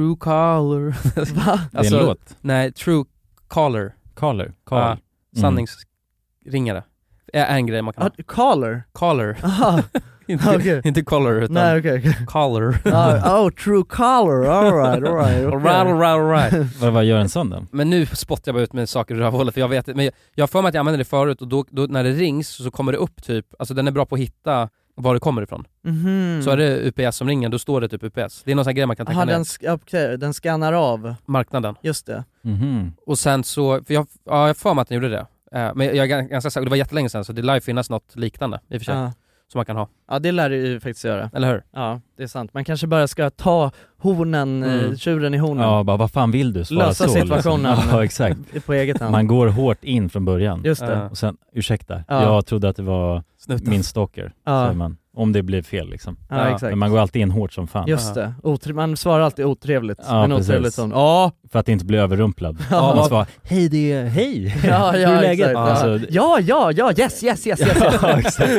Va? Det är en låt. Nej, Truecaller. Caller. Sanningsringare. Är en grej man kan ha. Caller? Caller. Inte color utan Nej, okay. color. True color, alright. Vad gör en sån då? Men nu spottar jag bara ut med saker i rövhålet, för jag vet men jag har för mig att jag använde det förut, och då när det rings så kommer det upp typ, alltså den är bra på att hitta var det kommer ifrån. Så är det UPS som ringer, då står det typ UPS. Det är någon sån här grej man kan tänka ner. Den skannar av marknaden. Just det. Och sen så, för jag för mig att den gjorde det. Men jag är ganska säker, det var jättelänge sedan, så det lär finnas något liknande i och för sig. Som man kan ha. Ja, det lär det ju faktiskt göra. Eller hur? Ja, det är sant. Man kanske bara ska ta tjuren i hornen. Ja, bara vad fan vill du? Svara lösa så, situationen liksom. Ja, exakt. På eget hand. Man går hårt in från början. Just det. Och sen, ursäkta, jag trodde att det var min stalker. Säger man. Om det blir fel liksom. Ja, exakt. Men man går alltid in hårt som fan. Just det. Man svarar alltid otrevligt. Ja, men otrevligt sån. För att inte bli överrumplad. Man svarar, hej det är, hej. Ja, hur är läget? Ja, yes. Ja, exakt.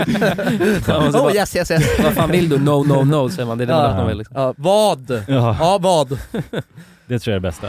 Yes. Vad fan vill du? No, säger man. Det är det man vill liksom. Ja, vad? Ja, vad? Det tror jag är det bästa.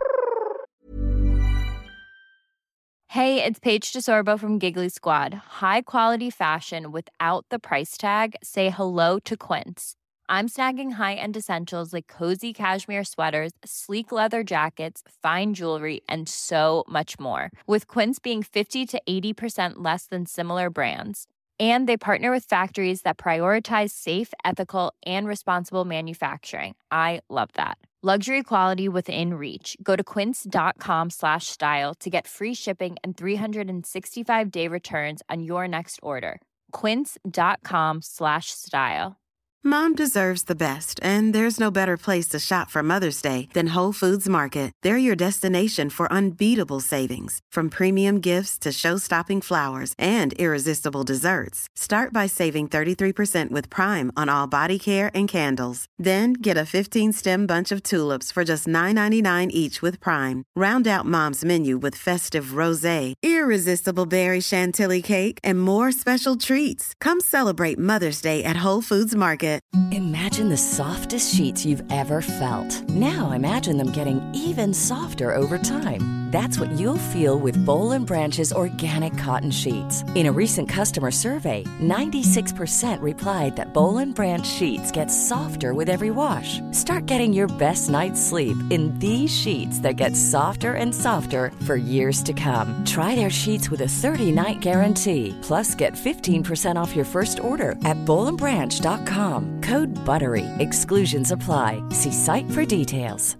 Hey, it's Paige DeSorbo from Giggly Squad. High quality fashion without the price tag. Say hello to Quince. I'm snagging high-end essentials like cozy cashmere sweaters, sleek leather jackets, fine jewelry, and so much more. With Quince being 50 to 80% less than similar brands. And they partner with factories that prioritize safe, ethical, and responsible manufacturing. I love that. Luxury quality within reach. Go to quince.com/style to get free shipping and 365-day returns on your next order. Quince.com/style. Mom deserves the best, and there's no better place to shop for Mother's Day than Whole Foods Market. They're your destination for unbeatable savings, from premium gifts to show-stopping flowers and irresistible desserts. Start by saving 33% with Prime on all body care and candles. Then get a 15-stem bunch of tulips for just $9.99 each with Prime. Round out Mom's menu with festive rosé, irresistible berry chantilly cake, and more special treats. Come celebrate Mother's Day at Whole Foods Market. Imagine the softest sheets you've ever felt. Now imagine them getting even softer over time. That's what you'll feel with Boll & Branch's organic cotton sheets. In a recent customer survey, 96% replied that Boll & Branch sheets get softer with every wash. Start getting your best night's sleep in these sheets that get softer and softer for years to come. Try their sheets with a 30-night guarantee. Plus, get 15% off your first order at bollandbranch.com. Code BUTTERY. Exclusions apply. See site for details.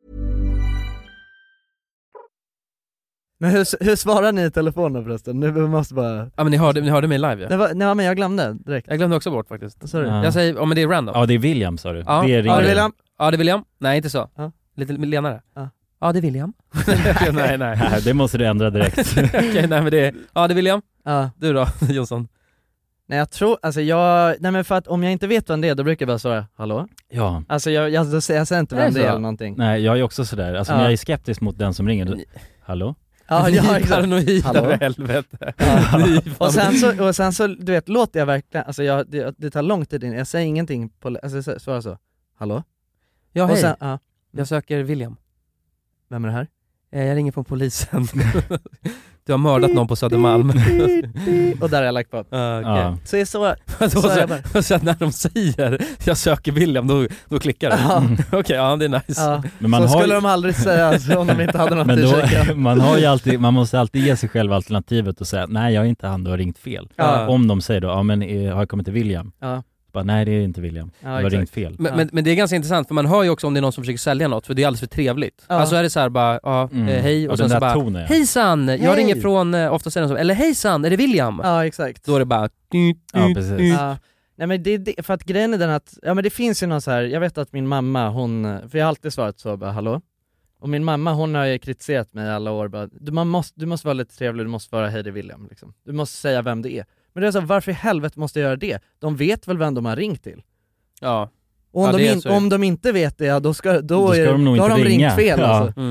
Men hur svarar ni i telefonen förresten? Nu måste bara... Ja, men ni hörde mig live, ja. Nej, men jag glömde direkt. Jag glömde också bort faktiskt. Sorry. Jag säger, men det är random. Ja, det är William, sa du. Ja, det är William. Ja, det är William. Nej, inte så. Lite lenare. Ja, det är William. nej. Det måste du ändra direkt. Okej, nej men det är... Ja, det är William. Du då, Jonsson? Nej, jag tror, nej men för att om jag inte vet vem det är, då brukar jag bara säga hallå? Ja. Alltså jag säger inte vem det är eller någonting. Nej, jag är också sådär. Alltså när jag är skeptisk mot den som ringer, då, hallå? Ja, exakt. Paranoida, helvete. Och sen så, du vet, låter jag verkligen, alltså det tar lång tid in, jag säger ingenting på, alltså svarar så, hallå? Ja, hej. Sen, jag söker William. Vem är det här? Jag ringer från polisen. Du har mördat någon på Södermalm. Och där har jag lagt på. Okay. Så är så när de säger jag söker William, då klickar det. Okej, ja, det är nice. Men så skulle de aldrig säga alltså, om de inte hade något men då, man måste alltid ge sig själv alternativet och säga nej, jag är inte han, du har ringt fel. Om de säger då, ja men har jag kommit till William? Bara, nej, det är inte William. Du har ringt fel. Men det är ganska intressant, för man hör ju också om det är någon som försöker sälja något, för det är alldeles för trevligt. Alltså är det så här bara, hej, och sen så bara, tonen, hejsan, jag ringer från, ofta säger de så, eller hejsan, är det William? Ja, exakt. Då är det bara, precis. Nej, men det, för att grejen är den att, ja men det finns ju någon så här, jag vet att min mamma, för jag har alltid svarat så, bara, hallå? Och min mamma, hon har ju kritiserat mig i alla år, bara, du måste vara lite trevlig, du måste vara hej, det är William, liksom. Du måste säga vem det är. Men det är så, varför i helvete måste jag göra det? De vet väl vem de har ringt till? Ja. Och om de inte vet det, då har de ringt fel. Ja. Alltså.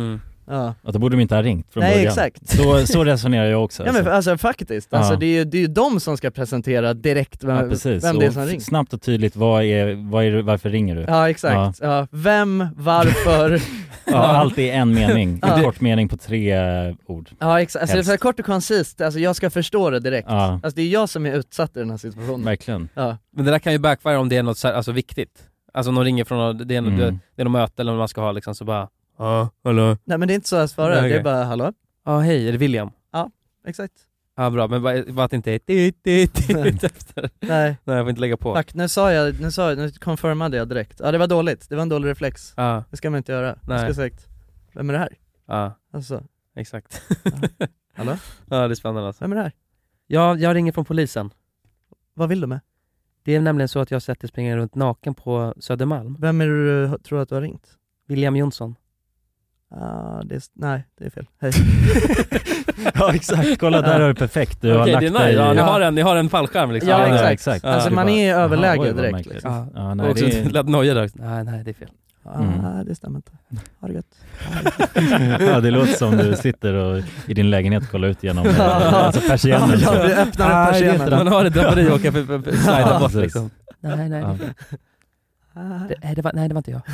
Att då borde de inte ha ringt från Nej, början. exakt. Så resonerar jag också. Ja men alltså faktiskt, alltså, det är ju de som ska presentera direkt vem det är som ringer. Snabbt och tydligt, varför ringer du? Ja exakt, ja. Vem, varför. Allt är en mening, en kort mening på 3 ord. Ja exakt, alltså, det är så kort och koncist, alltså jag ska förstå det direkt. Alltså det är jag som är utsatt i den här situationen. Verkligen. Men det där kan ju backfire om det är något alltså, viktigt. Alltså om de ringer från det är något möte eller vad man ska ha liksom, så bara hallå. Nej men det är inte så jag svarar, det är bara hallå. Ja hej, är det William? Ja, exakt. Ja bra, men bara att det inte är efter. Nej, jag får inte lägga på. Tack, nu confirmade jag direkt. Ja det var dåligt, det var en dålig reflex. Det ska man inte göra. Nej. Jag ska sagt, vem är det här? Ja, alltså. Exakt. Hallå? Ja det är spännande alltså. Vem är det här? Jag ringer från polisen. Vad vill du med? Det är nämligen så att jag har sett dig springa runt naken på Södermalm. Vem är du tror att du har ringt? William Jonsson. Nej, det är fel. Hej. Ja exakt, kolla där är det perfekt. Du har lagt det är nice. Ja, ni har en fallskärm liksom. Ja exakt. Alltså man är i överläge direkt liksom. Nej, och också lätt noja där. Nej, det är fel. Nej, det stämmer inte. Ha det gött. Ja, det låter som du sitter och i din lägenhet och kollar ut genom alltså persiennen. Ja, du öppnar en persiennen. Man har ett draperi och åka slida bort liksom. Nej. Det var inte jag.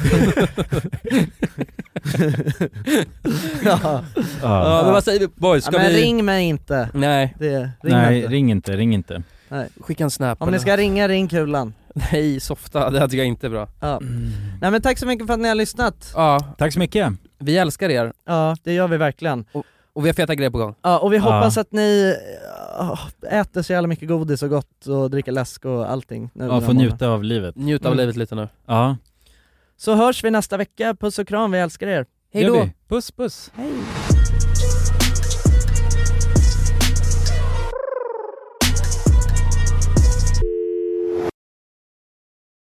Men vad säger vi boys? Men ring mig inte. Nej. Ring inte. Nej. Skicka en snap. Om ni ska ringa, ring Kulan. Nej, softa, det tycker jag inte är bra. Nej men tack så mycket för att ni har lyssnat. Tack så mycket. Vi älskar er. Ja, det gör vi verkligen. Och vi har feta grejer på gång. Ja, och vi hoppas att ni äter så jävla mycket godis och gott och dricker läsk och allting. Får njuta av livet. Njuta av livet lite nu. Ja. Så hörs vi nästa vecka. Puss och kram, vi älskar er. Hej då. Puss. Hej.